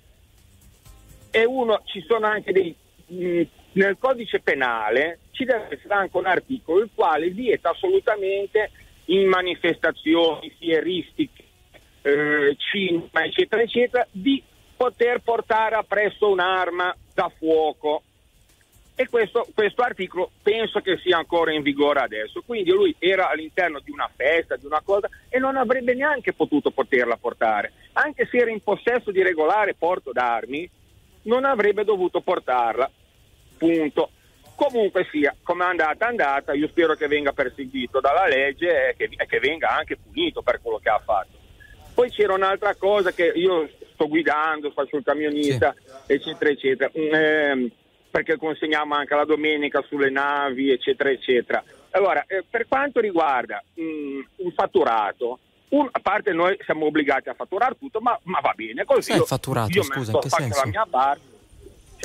E uno, ci sono anche dei mh, nel codice penale ci deve essere anche un articolo il quale vieta assolutamente in manifestazioni fieristiche, eh, cinema eccetera eccetera, di poter portare appresso un'arma da fuoco. E questo, questo articolo penso che sia ancora in vigore adesso, quindi lui era all'interno di una festa, di una cosa, e non avrebbe neanche potuto poterla portare, anche se era in possesso di regolare porto d'armi, non avrebbe dovuto portarla, punto. Comunque sia, come è andata andata, io spero che venga perseguito dalla legge e che, e che venga anche punito per quello che ha fatto. Poi c'era un'altra cosa, che io sto guidando, faccio il camionista, sì, eccetera eccetera, ehm, perché consegniamo anche la domenica sulle navi, eccetera eccetera. Allora, eh, per quanto riguarda mh, il fatturato, un, a parte noi siamo obbligati a fatturare tutto, ma, ma va bene così. Cos'è il fatturato, io scusa, me in che faccio senso? la mia parte.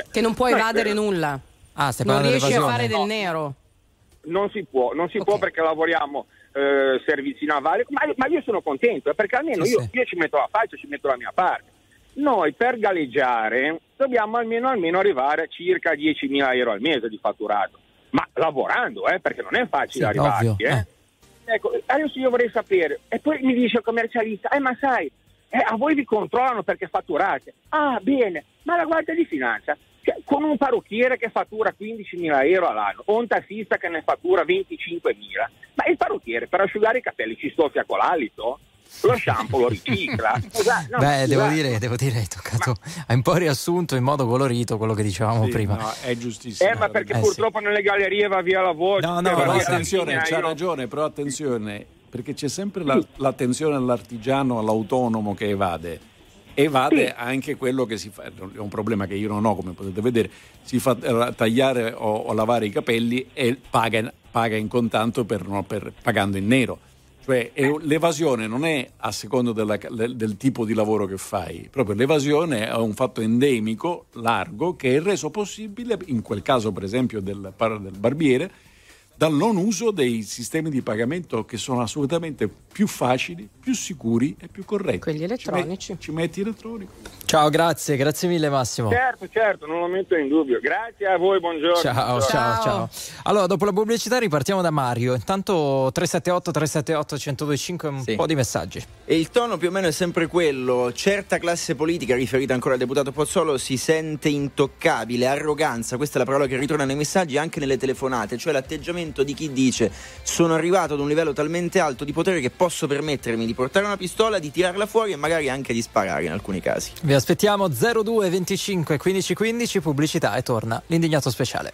Cioè, che non puoi noi evadere per- nulla. Ah, stai Non parlando riesci a dell'evasione? fare del nero. Non si può, non si Ok. può perché lavoriamo eh, servizi navali, ma, ma io sono contento eh, perché almeno Sì, io, sì. io ci metto la faccia, ci metto la mia parte. Noi per galleggiare dobbiamo almeno, almeno arrivare a circa diecimila euro al mese di fatturato, ma lavorando, eh, perché non è facile Sì, arrivarci. ovvio, Eh. Ecco, adesso io vorrei sapere, e poi mi dice il commercialista, eh ma sai, eh, a voi vi controllano perché fatturate. Ah, bene, ma la Guardia di Finanza, cioè, con un parrucchiere che fattura quindicimila euro all'anno, o un tassista che ne fattura venticinquemila, ma il parrucchiere per asciugare i capelli ci stoffia con l'alito? Lo shampoo lo ricicla? Scusa, no, Beh, devo scusa. dire, devo dire, hai toccato, hai un po' riassunto in modo colorito quello che dicevamo Sì, prima. no, è giustissimo. Eh, ma perché Eh, purtroppo nelle gallerie va via la voce. No, no, va Però via attenzione, la c'ha io- ragione, però attenzione, perché c'è sempre la- l'attenzione all'artigiano, all'autonomo che evade. Evade Sì. anche quello che si fa, è un problema che io non ho, come potete vedere, si fa eh, tagliare o, o lavare i capelli e paga, paga in contanto per, no, per- pagando in nero. Cioè è- l'evasione non è a seconda della- del, del tipo di lavoro che fai, proprio l'evasione è un fatto endemico, largo, che è reso possibile, in quel caso per esempio del, par- del barbiere, dal non uso dei sistemi di pagamento che sono assolutamente più facili, più sicuri e più corretti. Quelli elettronici. Ci, met- ci metti elettronico. Ciao, grazie, grazie mille Massimo. Certo, certo, non lo metto in dubbio. Grazie a voi, buongiorno. Ciao, Buongiorno. ciao, ciao. Allora, dopo la pubblicità ripartiamo da Mario. Intanto tre sette otto tre sette otto uno zero due cinque, un Sì. po' di messaggi. E il tono più o meno è sempre quello. Certa classe politica, riferita ancora al deputato Pozzolo, si sente intoccabile, arroganza, questa è la parola che ritorna nei messaggi, anche nelle telefonate, cioè l'atteggiamento di chi dice sono arrivato ad un livello talmente alto di potere che posso permettermi di portare una pistola, di tirarla fuori e magari anche di sparare in alcuni casi. Vi aspettiamo zero due venticinque quindici quindici, pubblicità e torna l'indignato speciale.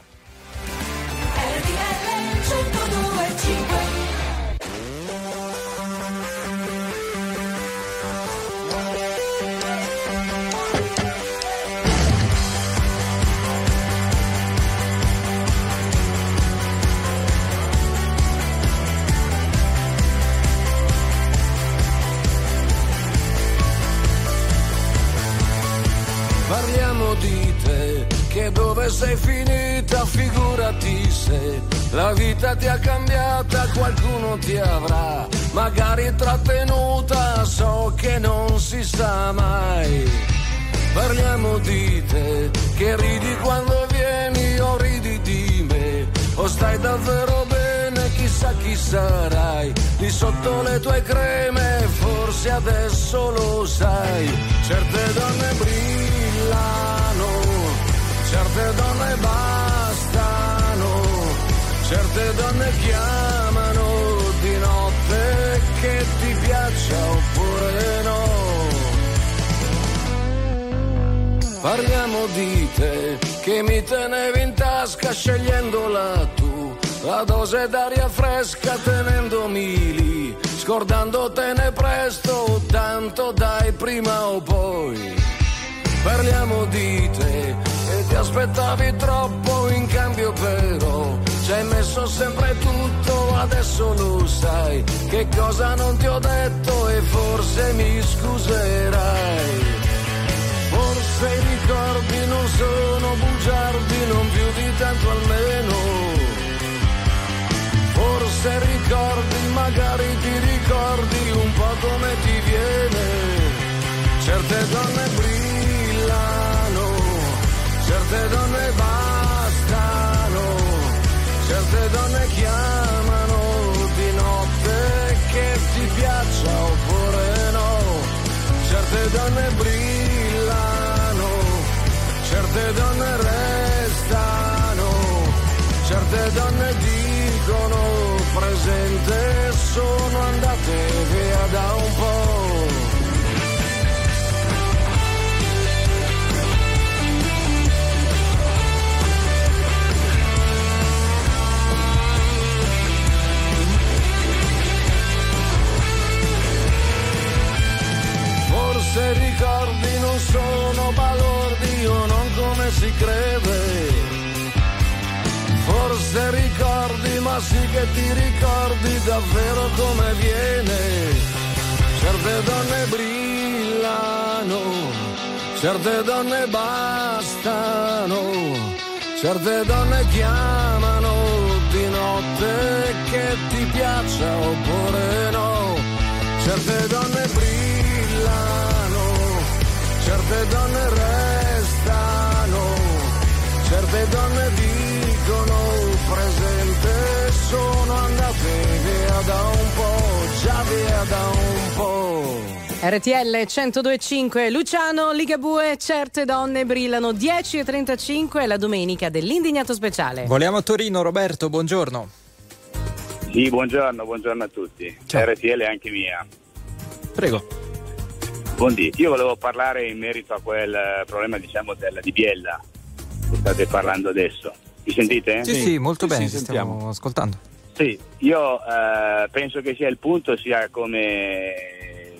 Parliamo di te, che dove sei finita, figurati se la vita ti ha cambiata, qualcuno ti avrà magari trattenuta, so che non si sa mai. Parliamo di te, che ridi quando vieni o ridi di me, o stai davvero bene, chissà chi sarai, lì sotto le tue creme, forse adesso lo sai, certe donne brillano, certe donne bastano, certe donne chiamano di notte, che ti piaccia oppure no. Parliamo di te, che mi tenevi in tasca scegliendola tu, la dose d'aria fresca tenendomi lì, scordandotene presto, tanto dai prima o poi. Parliamo di te, e ti aspettavi troppo, in cambio però ci hai messo sempre tutto, adesso lo sai, che cosa non ti ho detto e forse mi scuserai. Forse i ricordi non sono bugiardi, non più di tanto almeno. Forse ricordi, magari ti ricordi un po' come ti viene. Certe donne brillano, certe donne bastano, certe donne chiamano di notte, che ti piaccia oppure no. Certe donne brillano, certe donne restano, certe donne dicono presente, sono andate via da un po'. Forse ricordi non sono balordi o non come si crede. Forse ricordi, ma sì che ti ricordi davvero come viene. Certe donne brillano, certe donne bastano, brillano, certe donne chiamano di notte che ti piaccia oppure no, certe donne brillano, certe donne restano, certe donne dicono presente, sono andate via da un po', già via da un po'. R T L centodue e cinque, Luciano, Ligabue, certe donne brillano. Dieci e trentacinque, la domenica dell'Indignato Speciale. Voliamo a Torino, Roberto, buongiorno. Sì, buongiorno, buongiorno a tutti. Ciao. R T L è anche mia. Prego. Buondì, io volevo parlare in merito a quel problema, diciamo, della di Biella che state parlando adesso. Mi sentite? Sì, sì, sì molto sì, bene, sì, ti stiamo ascoltando. Sì, io eh, penso che sia il punto sia come...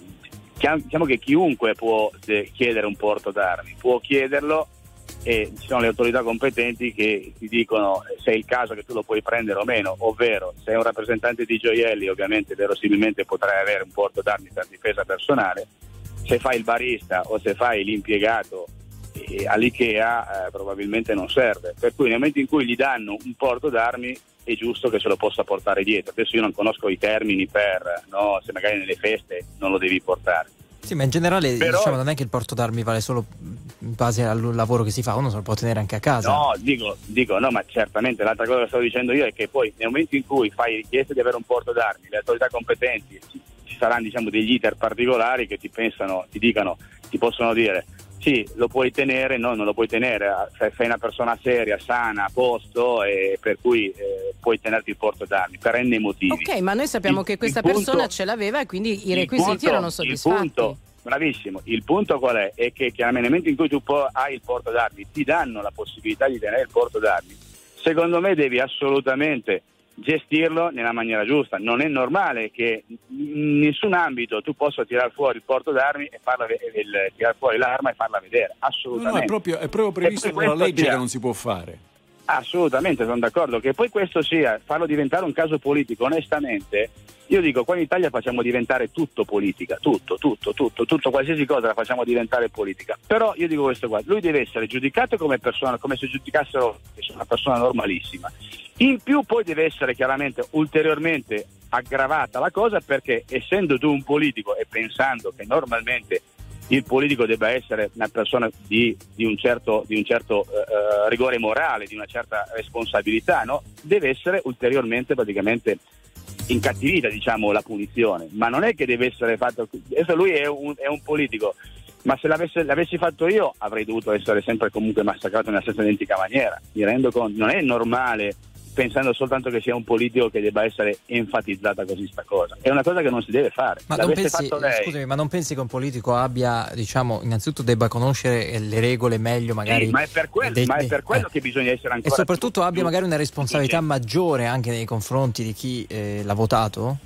Diciamo che chiunque può chiedere un porto d'armi, può chiederlo e ci sono le autorità competenti che ti dicono se è il caso che tu lo puoi prendere o meno, ovvero se è un rappresentante di gioielli ovviamente verosimilmente potrai avere un porto d'armi per difesa personale, se fai il barista o se fai l'impiegato eh, all'Ikea eh, probabilmente non serve, per cui nel momento in cui gli danno un porto d'armi è giusto che se lo possa portare dietro. Adesso io non conosco i termini per, no, se magari nelle feste non lo devi portare. Sì, ma in generale Però, diciamo non è che il porto d'armi vale solo in base al lavoro che si fa, uno se lo può tenere anche a casa. No, dico, dico no, ma certamente l'altra cosa che stavo dicendo io è che poi nel momento in cui fai richiesta di avere un porto d'armi, le autorità competenti ci, ci saranno diciamo degli iter particolari che ti pensano, ti dicano, ti possono dire sì, lo puoi tenere, no, non lo puoi tenere, sei una persona seria, sana, a posto e per cui eh, puoi tenerti il porto d'armi per n motivi. Ok, ma noi sappiamo il, che questa punto, persona ce l'aveva e quindi i requisiti punto, erano soddisfatti. Il punto, bravissimo, il punto qual è? È che chiaramente nel momento in cui tu po- hai il porto d'armi, ti danno la possibilità di tenere il porto d'armi, secondo me devi assolutamente gestirlo nella maniera giusta. Non è normale che in nessun ambito tu possa tirare fuori il porto d'armi e farla ve- il, tirare fuori l'arma e farla vedere, assolutamente. No, no, è proprio, è proprio previsto nella legge sia, che non si può fare. Assolutamente, sono d'accordo. Che poi questo sia farlo diventare un caso politico, onestamente io dico qua in Italia facciamo diventare tutto politica, tutto, tutto, tutto, tutto, qualsiasi cosa la facciamo diventare politica. Però io dico questo qua, lui deve essere giudicato come persona, come se giudicassero una persona normalissima. In più poi deve essere chiaramente ulteriormente aggravata la cosa, perché essendo tu un politico e pensando che normalmente il politico debba essere una persona di, di un certo, di un certo uh, rigore morale, di una certa responsabilità, no? Deve essere ulteriormente praticamente incattivita, diciamo, la punizione, ma non è che deve essere fatto. Adesso lui è un, è un politico, ma se l'avesse, l'avessi fatto io avrei dovuto essere sempre comunque massacrato nella stessa identica maniera. Mi rendo conto, non è normale, pensando soltanto che sia un politico, che debba essere enfatizzata così sta cosa. È una cosa che non si deve fare. Ma non pensi, fatto lei... scusami, ma non pensi che un politico abbia, diciamo, innanzitutto debba conoscere le regole meglio magari? Sì, ma è per quello, de, ma è per quello eh. che bisogna essere ancora e soprattutto più, abbia magari una responsabilità maggiore anche nei confronti di chi eh, l'ha votato?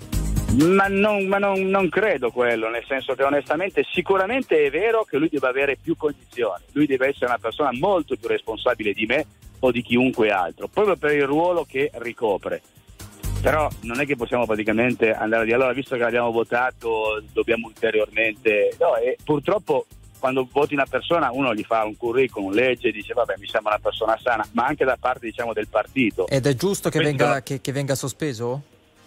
Ma, non, ma non, non credo quello, nel senso che onestamente sicuramente è vero che lui deve avere più condizioni, lui deve essere una persona molto più responsabile di me o di chiunque altro, proprio per il ruolo che ricopre. Però non è che possiamo praticamente andare a dire allora, visto che l'abbiamo votato dobbiamo ulteriormente, no, e purtroppo quando voti una persona uno gli fa un curriculum, legge, dice vabbè mi sembra una persona sana, ma anche da parte diciamo del partito. Ed è giusto che, Questo... venga, che, che venga sospeso?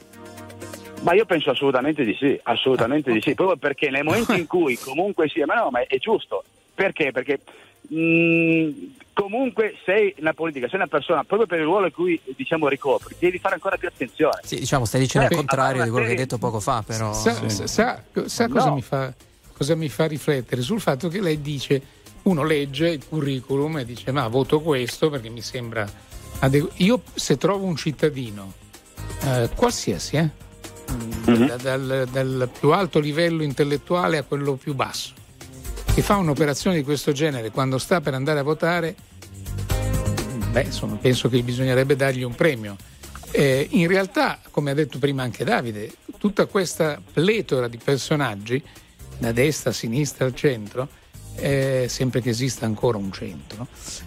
Ma io penso assolutamente di sì, assolutamente ah, okay. di sì, proprio perché nel momento in cui comunque sia, ma no, ma è giusto, perché? Perché mh, comunque sei una politica, sei una persona, proprio per il ruolo in cui diciamo ricopri, devi fare ancora più attenzione. Sì, diciamo, stai dicendo eh, il contrario di quello che hai detto poco fa, però. Sa, sa, sa, sa cosa, no. mi fa, cosa mi fa riflettere? Sul fatto che lei dice, uno legge il curriculum e dice ma voto questo perché mi sembra adegu- io se trovo un cittadino eh, qualsiasi, eh, mm-hmm. da, dal, dal più alto livello intellettuale a quello più basso, che fa un'operazione di questo genere quando sta per andare a votare, beh, insomma, penso che bisognerebbe dargli un premio. Eh, in realtà, come ha detto prima anche Davide, tutta questa pletora di personaggi, da destra, a sinistra, al centro, eh, sempre che esista ancora un centro,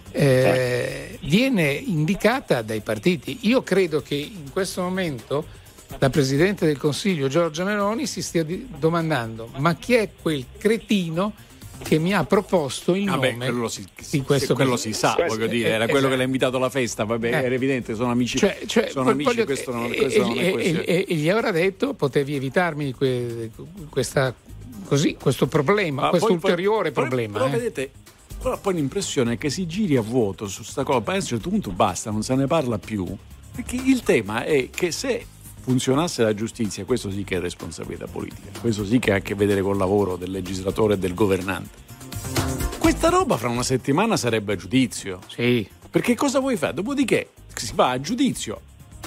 eh, viene indicata dai partiti. Io credo che in questo momento la Presidente del Consiglio Giorgia Meloni si stia di- domandando ma chi è quel cretino che mi ha proposto il Vabbè, nome quello si, di questo quello si sa, questo, voglio dire, era eh, quello esatto. che l'ha invitato alla festa, vabbè, Eh. era evidente, sono amici, Cioè, cioè, sono amici, voglio- questo non, e, questo e- non è e- questione. e- e gli avrà detto potevi evitarmi que- questa, così, questo problema, Ma questo poi- poi- ulteriore però- problema. Però eh. vedete, però poi l'impressione è che si giri a vuoto su sta cosa, poi a un certo punto basta, non se ne parla più, perché il tema è che se funzionasse la giustizia, questo sì che è responsabilità politica, questo sì che ha a che vedere col lavoro del legislatore e del governante. Questa roba fra una settimana sarebbe a giudizio. Sì. Perché cosa vuoi fare? Dopodiché si va a giudizio.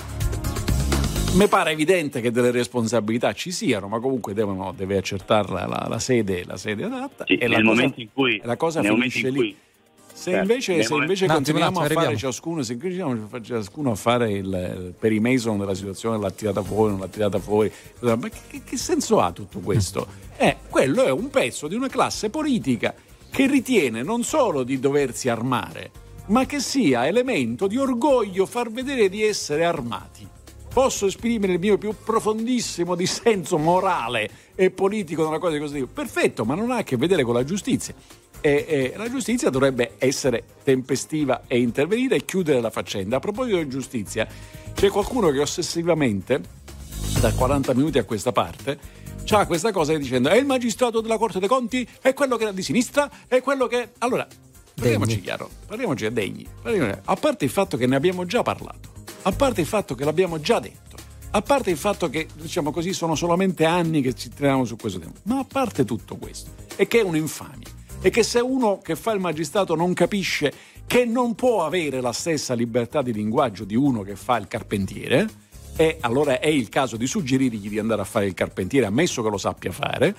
Mi pare evidente che delle responsabilità ci siano, ma comunque devono, deve accertarla la, la sede, la sede adatta. Sì, e nel la cosa, momento in cui la cosa nel momento finisce in lì. cui Se certo, invece, nel se momento- invece Un attimo, continuiamo un a attimo, fare arriviamo. ciascuno, se continuiamo a fare ciascuno a fare il, il perimeson della situazione, l'ha tirata fuori, non l'ha tirata fuori, ma che, che- che senso ha tutto questo? Eh, quello è un pezzo di una classe politica che ritiene non solo di doversi armare, ma che sia elemento di orgoglio far vedere di essere armati. Posso esprimere il mio più profondissimo dissenso morale e politico da una cosa di questo tipo? Perfetto, ma non ha a che vedere con la giustizia. E, e la giustizia dovrebbe essere tempestiva e intervenire e chiudere la faccenda. A proposito di giustizia, c'è qualcuno che ossessivamente, da quaranta minuti a questa parte, c'ha questa cosa dicendo: è il magistrato della Corte dei Conti, è quello che era di sinistra, è quello che... Allora, parliamoci Degni. chiaro, parliamoci a degni. Parliamoci- A parte il fatto che ne abbiamo già parlato, a parte il fatto che l'abbiamo già detto, a parte il fatto che, diciamo così, sono solamente anni che ci teniamo su questo tema, ma a parte tutto questo, è che è un'infamia, e che se uno che fa il magistrato non capisce che non può avere la stessa libertà di linguaggio di uno che fa il carpentiere, e allora è il caso di suggerirgli di andare a fare il carpentiere, ammesso che lo sappia fare.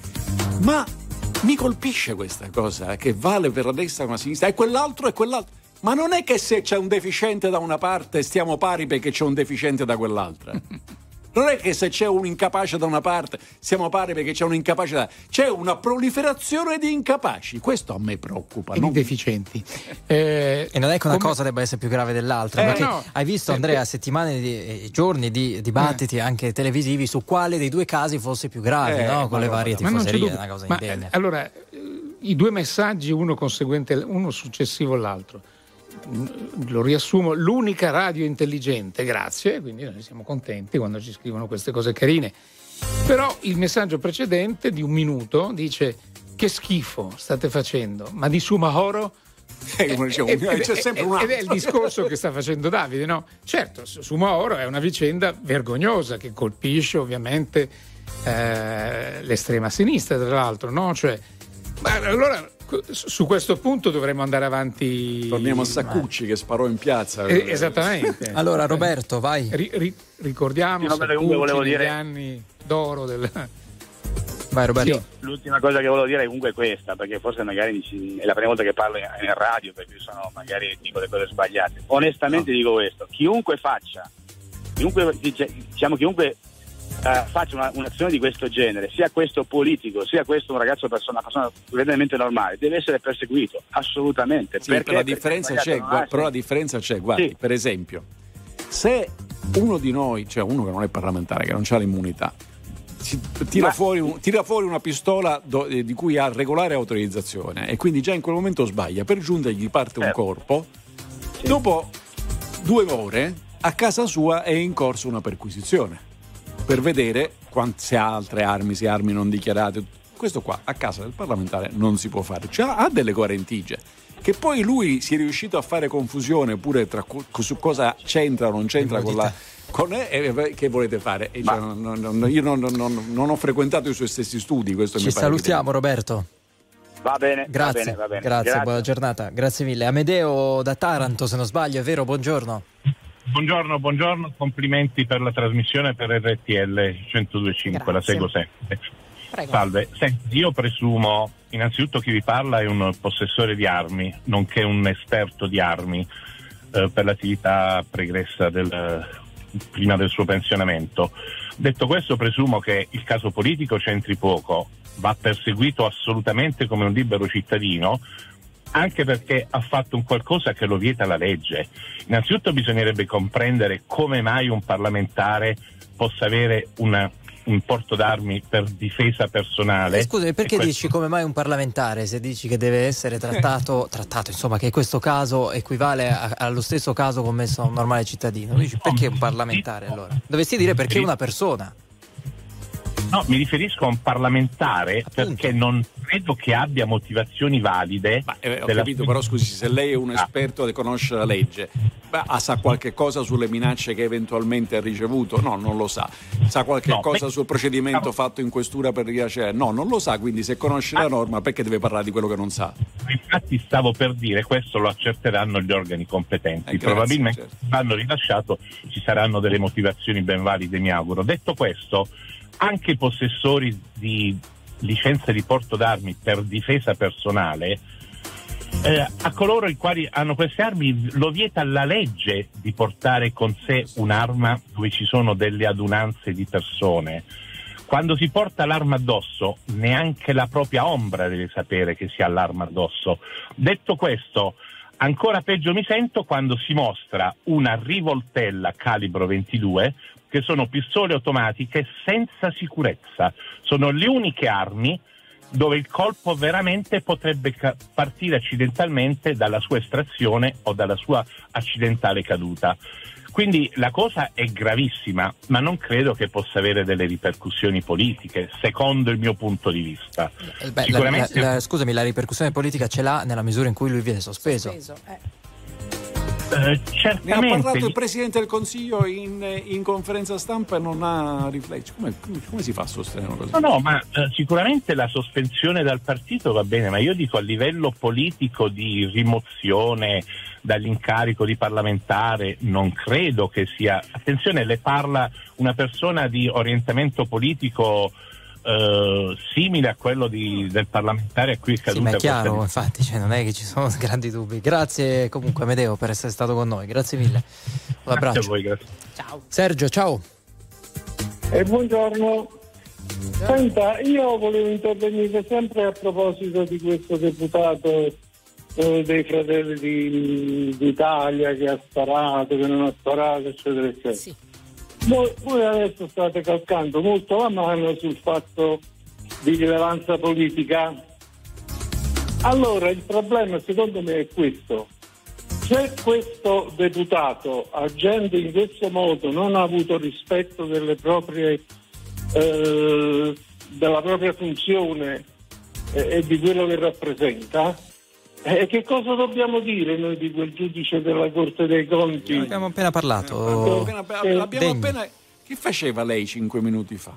Ma mi colpisce questa cosa, che vale per la destra come la sinistra, e quell'altro e quell'altro. Ma non è che se c'è un deficiente da una parte stiamo pari perché c'è un deficiente da quell'altra. Non è che se c'è un incapace da una parte siamo pari perché c'è un incapace da... C'è una proliferazione di incapaci. Questo a me preoccupa. E non- di deficienti. Eh, E non è che una come- cosa debba essere più grave dell'altra, Eh, perché no. hai visto, Eh, Andrea, que- settimane di eh, giorni di dibattiti anche televisivi su quale dei due casi fosse più grave, Eh, no? Con ma le no, varie Ma non c'è tifoserie, dubbio. una cosa Ma, indegna. eh, allora, eh, i due messaggi, uno conseguente, uno successivo all'altro. Mm, Lo riassumo: l'unica radio intelligente, grazie, quindi noi siamo contenti quando ci scrivono queste cose carine. Però il messaggio precedente di un minuto dice: che schifo state facendo, ma di Sumahoro. Eh, come dicevo, Ed- c'è ed- sempre ed- un ed è il altro. discorso che sta facendo Davide, no? Certo, Sumahoro è una vicenda vergognosa che colpisce ovviamente eh, l'estrema sinistra, tra l'altro, no? Cioè, ma allora su questo punto dovremmo andare avanti. Torniamo a Saccucci che sparò in piazza. Eh, esattamente. Allora, Roberto, vai. Ri- ri- ricordiamo Sì, no, Saccucci, comunque volevo negli dire- anni d'oro del... Vai, Roberto. Sì. L'ultima cosa che volevo dire è comunque questa, perché forse magari dici- è la prima volta che parlo in in radio, perché io sono magari dico le cose sbagliate. Onestamente dico questo: chiunque faccia, chiunque, dice- diciamo chiunque eh, faccia una- un'azione di questo genere, sia questo politico, sia questo un ragazzo persona, una persona completamente normale, deve essere perseguito, assolutamente. Sì, perché, però la perché differenza sbagliato c'è, non gua- nasce. però la differenza c'è, guardi, Sì. per esempio, se uno di noi, cioè uno che non è parlamentare, che non ha l'immunità, si tira, Ma- fuori un- tira fuori una pistola do- eh, di cui ha regolare autorizzazione e quindi già in quel momento sbaglia, per giunta gli parte un Certo. corpo, dopo due ore a casa sua è in corso una perquisizione per vedere quant- se ha altre armi, se armi non dichiarate. Questo qua a casa del parlamentare non si può fare, cioè, ha delle guarentigie. Che poi lui sia riuscito a fare confusione pure tra co- su cosa c'entra o non c'entra con la... Con, eh, eh, che volete fare? E cioè, non- non- non- io non, non- non ho frequentato i suoi stessi studi, questo Ci mi pare salutiamo, Roberto. Va bene, Grazie, va bene, va bene. grazie, buona giornata. Grazie mille. Amedeo da Taranto, se non sbaglio, è vero? Buongiorno. Buongiorno, buongiorno, complimenti per la trasmissione per R T L centodue e cinque, la Grazie. seguo sempre. Prego. Salve, senti, io presumo, innanzitutto chi vi parla è un possessore di armi, nonché un esperto di armi eh, per l'attività pregressa del, prima del suo pensionamento. Detto questo, presumo che il caso politico c'entri poco, va perseguito assolutamente come un libero cittadino, anche perché ha fatto un qualcosa che lo vieta la legge. Innanzitutto bisognerebbe comprendere come mai un parlamentare possa avere una un porto d'armi per difesa personale. Eh, scusa, perché questo... dici come mai un parlamentare, se dici che deve essere trattato, trattato insomma, che questo caso equivale a, allo stesso caso commesso a un normale cittadino? Dici, perché un parlamentare allora? Dovresti dire perché una persona. No, mi riferisco a un parlamentare. Appunto. Perché non credo che abbia motivazioni valide. Ma, eh, ho della... capito, però scusi, se lei è un esperto che conosce la legge, beh, sa qualche cosa sulle minacce che eventualmente ha ricevuto? No, non lo sa. Sa qualche no, cosa beh, sul procedimento no. fatto in questura per rilasciare? No, non lo sa, quindi se conosce ah. la norma perché deve parlare di quello che non sa? Infatti stavo per dire, questo lo accerteranno gli organi competenti. Eh, grazie, probabilmente certo. se vanno rilasciato ci saranno delle motivazioni ben valide, mi auguro. Detto questo, anche i possessori di licenze di porto d'armi per difesa personale, eh, a coloro i quali hanno queste armi lo vieta la legge di portare con sé un'arma dove ci sono delle adunanze di persone. Quando si porta l'arma addosso, neanche la propria ombra deve sapere che si ha l'arma addosso. Detto questo, ancora peggio mi sento quando si mostra una rivoltella calibro ventidue, che sono pistole automatiche senza sicurezza. Sono le uniche armi dove il colpo veramente potrebbe ca- partire accidentalmente dalla sua estrazione o dalla sua accidentale caduta. Quindi la cosa è gravissima, ma non credo che possa avere delle ripercussioni politiche, secondo il mio punto di vista. Eh beh, Sicuramente... la, la, scusami, la ripercussione politica ce l'ha nella misura in cui lui viene sospeso. sospeso eh. Uh, certamente. Ne ha parlato il Presidente del Consiglio in, in conferenza stampa e non ha rifletto. Come, come, come si fa a sostenere una cosa? No, no, ma uh, sicuramente la sospensione dal partito va bene, ma io dico a livello politico di rimozione dall'incarico di parlamentare non credo che sia. Attenzione, le parla una persona di orientamento politico Uh, simile a quello di, del parlamentare a cui è caduta. Sì, ma è chiaro, questa... infatti, cioè, non è che ci sono grandi dubbi. Grazie comunque Amedeo per essere stato con noi, grazie mille. Un abbraccio. Grazie a voi, grazie. Ciao. Sergio, ciao. E buongiorno. Senta, io volevo intervenire sempre a proposito di questo deputato eh, dei Fratelli di, d'Italia che ha sparato, che non ha sparato, eccetera, eccetera. Sì. Voi, voi adesso state calcando molto la mano sul fatto di rilevanza politica. Allora il problema secondo me è questo: se questo deputato, agendo in questo modo, non ha avuto rispetto delle proprie eh, della propria funzione eh, e di quello che rappresenta, E eh, che cosa dobbiamo dire noi di quel giudice della Corte dei Conti? Ne abbiamo appena parlato. Eh, abbiamo appena, l'abbiamo appena... Che faceva lei cinque minuti fa?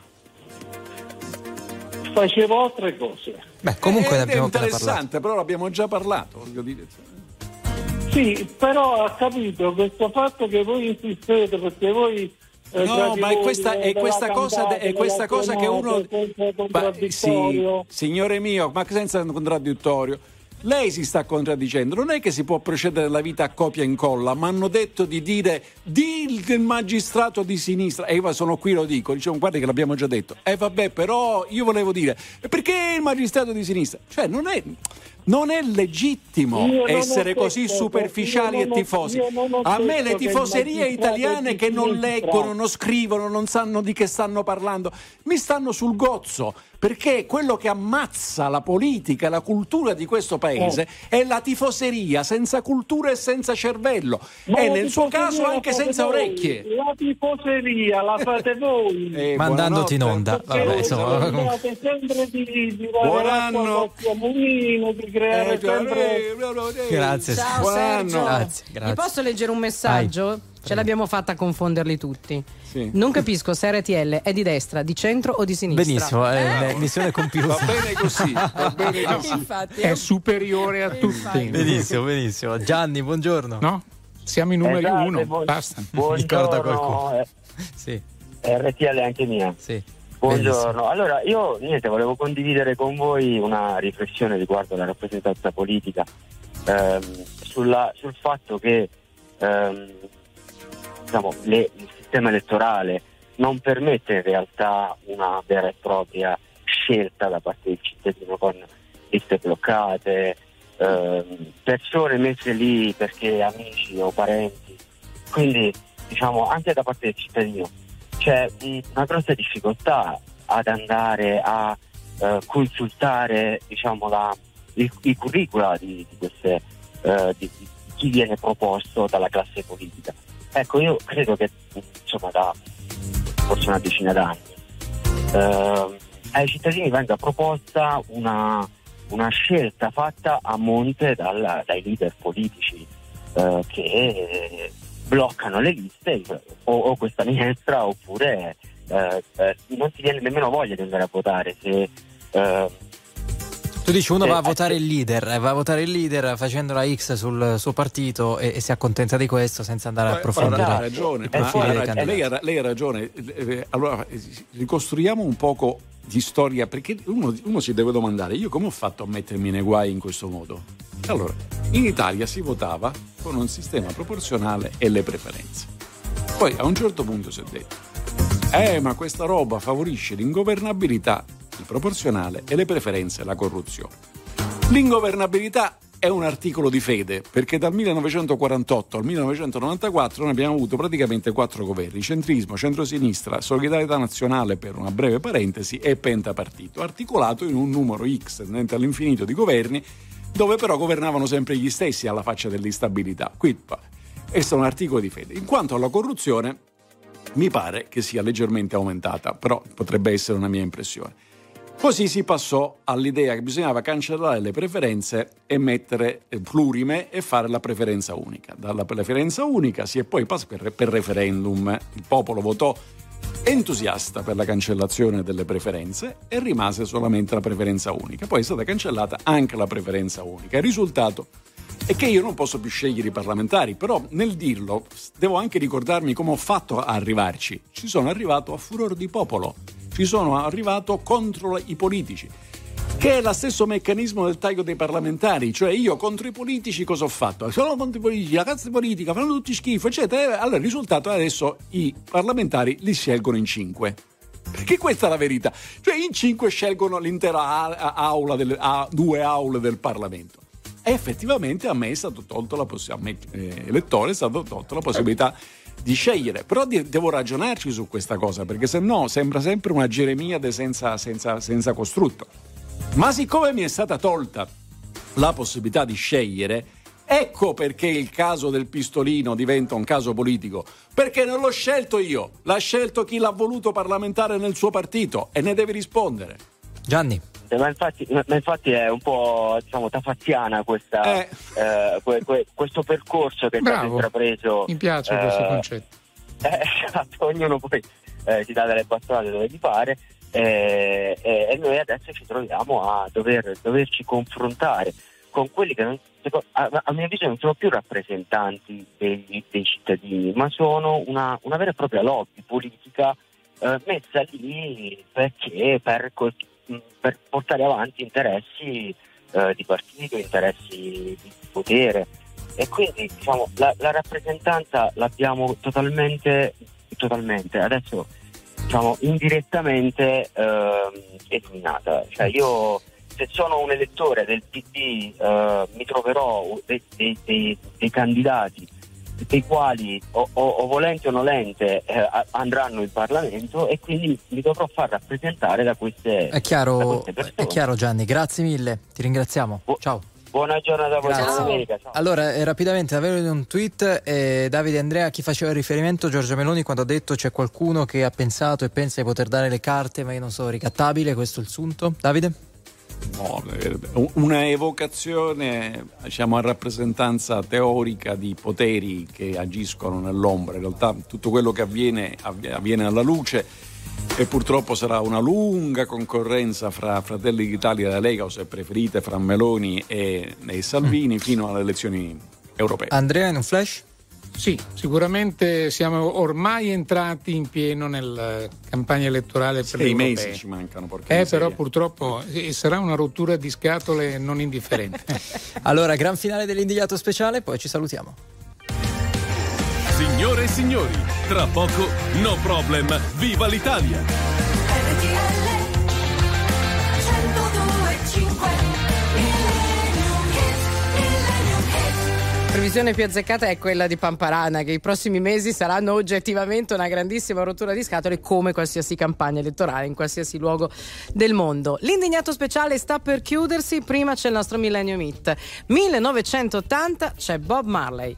Facevo altre cose. Beh, comunque eh, ne abbiamo è interessante, però l'abbiamo già parlato. Voglio dire. Sì, però ha capito questo fatto che voi insistete perché voi. Eh, no, ma è questa, è questa cosa, cantata, è questa cosa che uno. Ma, sì, signore mio, ma senza contraddittorio. Lei si sta contraddicendo, non è che si può procedere nella vita a copia e incolla, ma hanno detto di dire di il magistrato di sinistra, e io sono qui, lo dico, diciamo guardi che l'abbiamo già detto, e eh, vabbè, però io volevo dire, perché il magistrato di sinistra? Cioè non è, non è legittimo io essere non così detto, superficiali e tifosi. A me le tifoserie italiane che non leggono, non scrivono, non sanno di che stanno parlando, mi stanno sul gozzo. Perché quello che ammazza la politica e la cultura di questo paese oh. è la tifoseria senza cultura e senza cervello. Ma e nel suo caso anche senza voi. orecchie. La tifoseria la fate voi. Eh, Mandandoti in onda. Vabbè, insomma. Fate sempre di, di Buon anno. Mulino, di creare eh, sempre... Grazie. Ciao Buon Sergio. anno. Grazie, grazie. Gli posso leggere un messaggio? Vai. Ce l'abbiamo fatta a confonderli tutti. Sì. Non capisco se R T L è di destra, di centro o di sinistra. Benissimo, è eh? missione compiuta. Va bene così, va bene così. Infatti, è superiore a tutti. Benissimo, benissimo. Gianni, buongiorno. No? Siamo i numeri esatto, uno, buon... basta. Buongiorno. qualcuno. Sì. R T L anche mia. Sì. Buongiorno. Benissimo. Allora, io niente, volevo condividere con voi una riflessione riguardo alla rappresentanza politica, ehm, sulla, sul fatto che ehm, diciamo, le, il sistema elettorale non permette in realtà una vera e propria scelta da parte del cittadino, con liste bloccate, ehm, persone messe lì perché amici o parenti, quindi diciamo anche da parte del cittadino c'è una grossa difficoltà ad andare a eh, consultare, diciamo, la, il, il curricula di, di queste eh, di, di chi viene proposto dalla classe politica. Ecco, io credo che insomma da forse una decina d'anni eh, ai cittadini venga proposta una, una scelta fatta a monte dal, dai leader politici eh, che bloccano le liste o, o questa minestra, oppure eh, eh, non ti viene nemmeno voglia di andare a votare se eh, tu dici uno se, va a votare il leader, va a votare il leader facendo la X sul suo partito e, e si accontenta di questo senza andare a approfondire. Ha ragione, il profilo ma dei ha- candidati. lei, ha, lei ha ragione. Eh, Allora, eh, ricostruiamo un poco di storia, perché uno, uno si deve domandare: io come ho fatto a mettermi nei guai in questo modo? Allora, in Italia si votava con un sistema proporzionale e le preferenze. Poi a un certo punto si è detto: eh, ma questa roba favorisce l'ingovernabilità, il proporzionale, e le preferenze, la corruzione. L'ingovernabilità è un articolo di fede, perché dal millenovecentoquarantotto al millenovecentonovantaquattro noi abbiamo avuto praticamente quattro governi: centrismo, centrosinistra, solidarietà nazionale, per una breve parentesi, e pentapartito, articolato in un numero X tendente all'infinito di governi, dove però governavano sempre gli stessi alla faccia dell'instabilità. Qui questo è un articolo di fede. In quanto alla corruzione, mi pare che sia leggermente aumentata, però potrebbe essere una mia impressione. Così si passò all'idea che bisognava cancellare le preferenze e mettere plurime e fare la preferenza unica. Dalla preferenza unica si è poi passato per, per referendum. Il popolo votò entusiasta per la cancellazione delle preferenze e rimase solamente la preferenza unica. Poi è stata cancellata anche la preferenza unica. Il risultato è che io non posso più scegliere i parlamentari, però nel dirlo devo anche ricordarmi come ho fatto a arrivarci. Ci sono arrivato a furor di popolo. Ci sono arrivato contro i politici, che è lo stesso meccanismo del taglio dei parlamentari. Cioè, io contro i politici cosa ho fatto? Sono contro i politici, la cazzo di politica, fanno tutti schifo, eccetera. Allora il risultato è adesso i parlamentari li scelgono in cinque, perché questa è la verità. Cioè in cinque scelgono l'intera a- aula delle, a, due aule del Parlamento. E effettivamente a me è stato tolto la possibilità, eh, elettore è stato tolto la possibilità di scegliere. Però di, devo ragionarci su questa cosa, perché se no sembra sempre una Geremiade senza, senza, senza costrutto. Ma siccome mi è stata tolta la possibilità di scegliere, ecco perché il caso del pistolino diventa un caso politico, perché non l'ho scelto io, l'ha scelto chi l'ha voluto parlamentare nel suo partito e ne deve rispondere. Gianni. Eh, Ma infatti, ma infatti è un po', diciamo, tafattiana questa, Eh. eh, que- que- questo percorso che è stato Bravo. intrapreso. Mi piace eh, questo concetto. Eh, esatto, ognuno poi eh, si dà delle bastonate dove gli pare, eh, eh, e noi adesso ci troviamo a dover, doverci confrontare con quelli che non, a, a mio avviso non sono più rappresentanti degli, dei cittadini, ma sono una, una vera e propria lobby politica eh, messa lì perché per, col- per portare avanti interessi eh, di partito, interessi di potere. E quindi, diciamo, la, la rappresentanza l'abbiamo totalmente, totalmente adesso, diciamo, indirettamente ehm, eliminata. Cioè io, se sono un elettore del P D, eh, mi troverò dei, dei, dei, dei candidati dei quali o, o, o volente o nolente eh, andranno in Parlamento, e quindi mi dovrò far rappresentare da queste, È da chiaro, queste persone. è chiaro Gianni, grazie mille, ti ringraziamo. Ciao. Buona giornata a voi, buona domenica. Ciao. Allora, eh, rapidamente, avevo in un tweet eh, Davide Andrea a chi faceva riferimento Giorgia Meloni quando ha detto c'è qualcuno che ha pensato e pensa di poter dare le carte ma io non sono ricattabile, questo è il sunto. Davide? No, una evocazione, diciamo, a rappresentanza teorica di poteri che agiscono nell'ombra. In realtà tutto quello che avviene avviene alla luce, e purtroppo sarà una lunga concorrenza fra Fratelli d'Italia e la Lega, o se preferite fra Meloni e, e Salvini, fino alle elezioni europee. Andrea, in un flash? Sì, sicuramente siamo ormai entrati in pieno nella campagna elettorale per Sei le mesi europee. ci mancano, porca Eh, miseria. però purtroppo eh, sarà una rottura di scatole non indifferente. Allora, gran finale dell'Indigliato speciale, poi ci salutiamo. Signore e signori, tra poco No Problem, viva l'Italia! previsione più azzeccata è quella di Pamparana, che i prossimi mesi saranno oggettivamente una grandissima rottura di scatole, come qualsiasi campagna elettorale in qualsiasi luogo del mondo. L'indignato speciale sta per chiudersi, prima c'è il nostro Millennium Hit. millenovecentottanta c'è Bob Marley.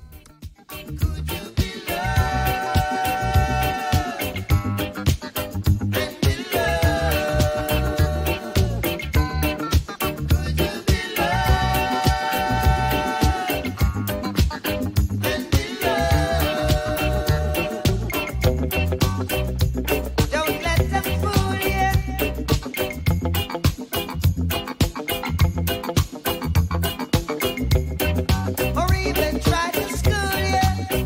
Or even try to school you.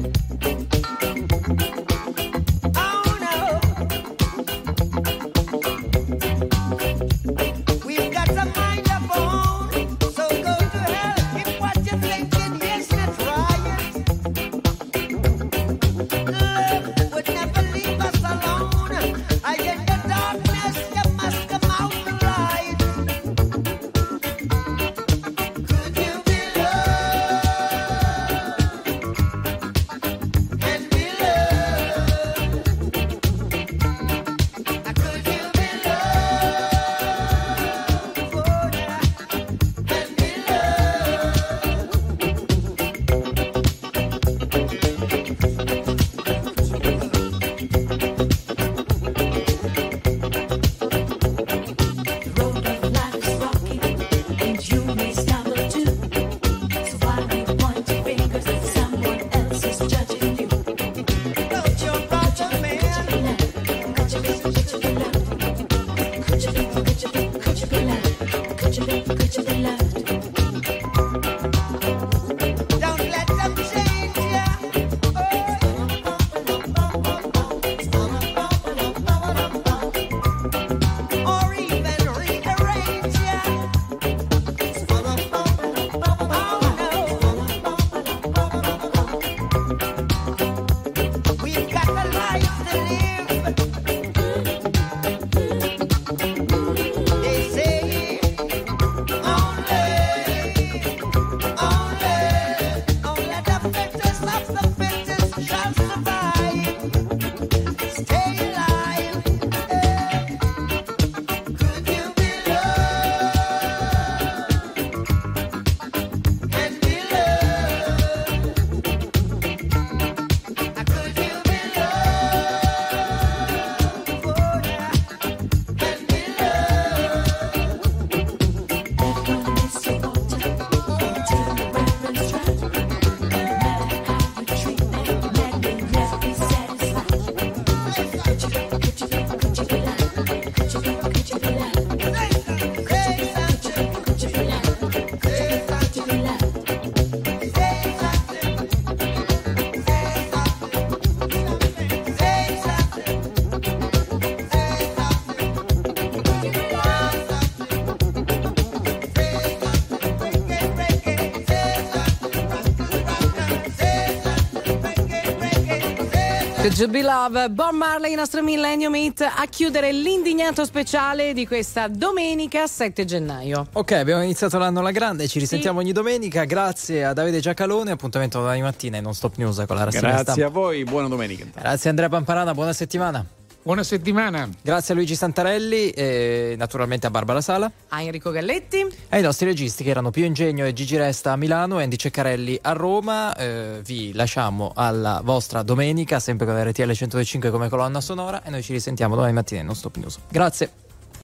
To Be Love, Bob Marley, il nostro Millennium Hit, a chiudere l'indignato speciale di questa domenica sette gennaio. Ok, abbiamo iniziato l'anno alla grande, ci risentiamo sì. ogni domenica. Grazie a Davide Giacalone, appuntamento domani mattina in Non Stop News con la rassegna Grazie stampa. a voi, buona domenica. Grazie Andrea Pamparana, buona settimana. Buona settimana. Grazie a Luigi Santarelli e naturalmente a Barbara Sala. A Enrico Galletti. E ai nostri registi che erano Pio Ingegno e Gigi Resta a Milano e Andy Ceccarelli a Roma. Eh, vi lasciamo alla vostra domenica, sempre con R T L centodue e cinque come colonna sonora, e noi ci risentiamo domani mattina in Non Stop News. Grazie.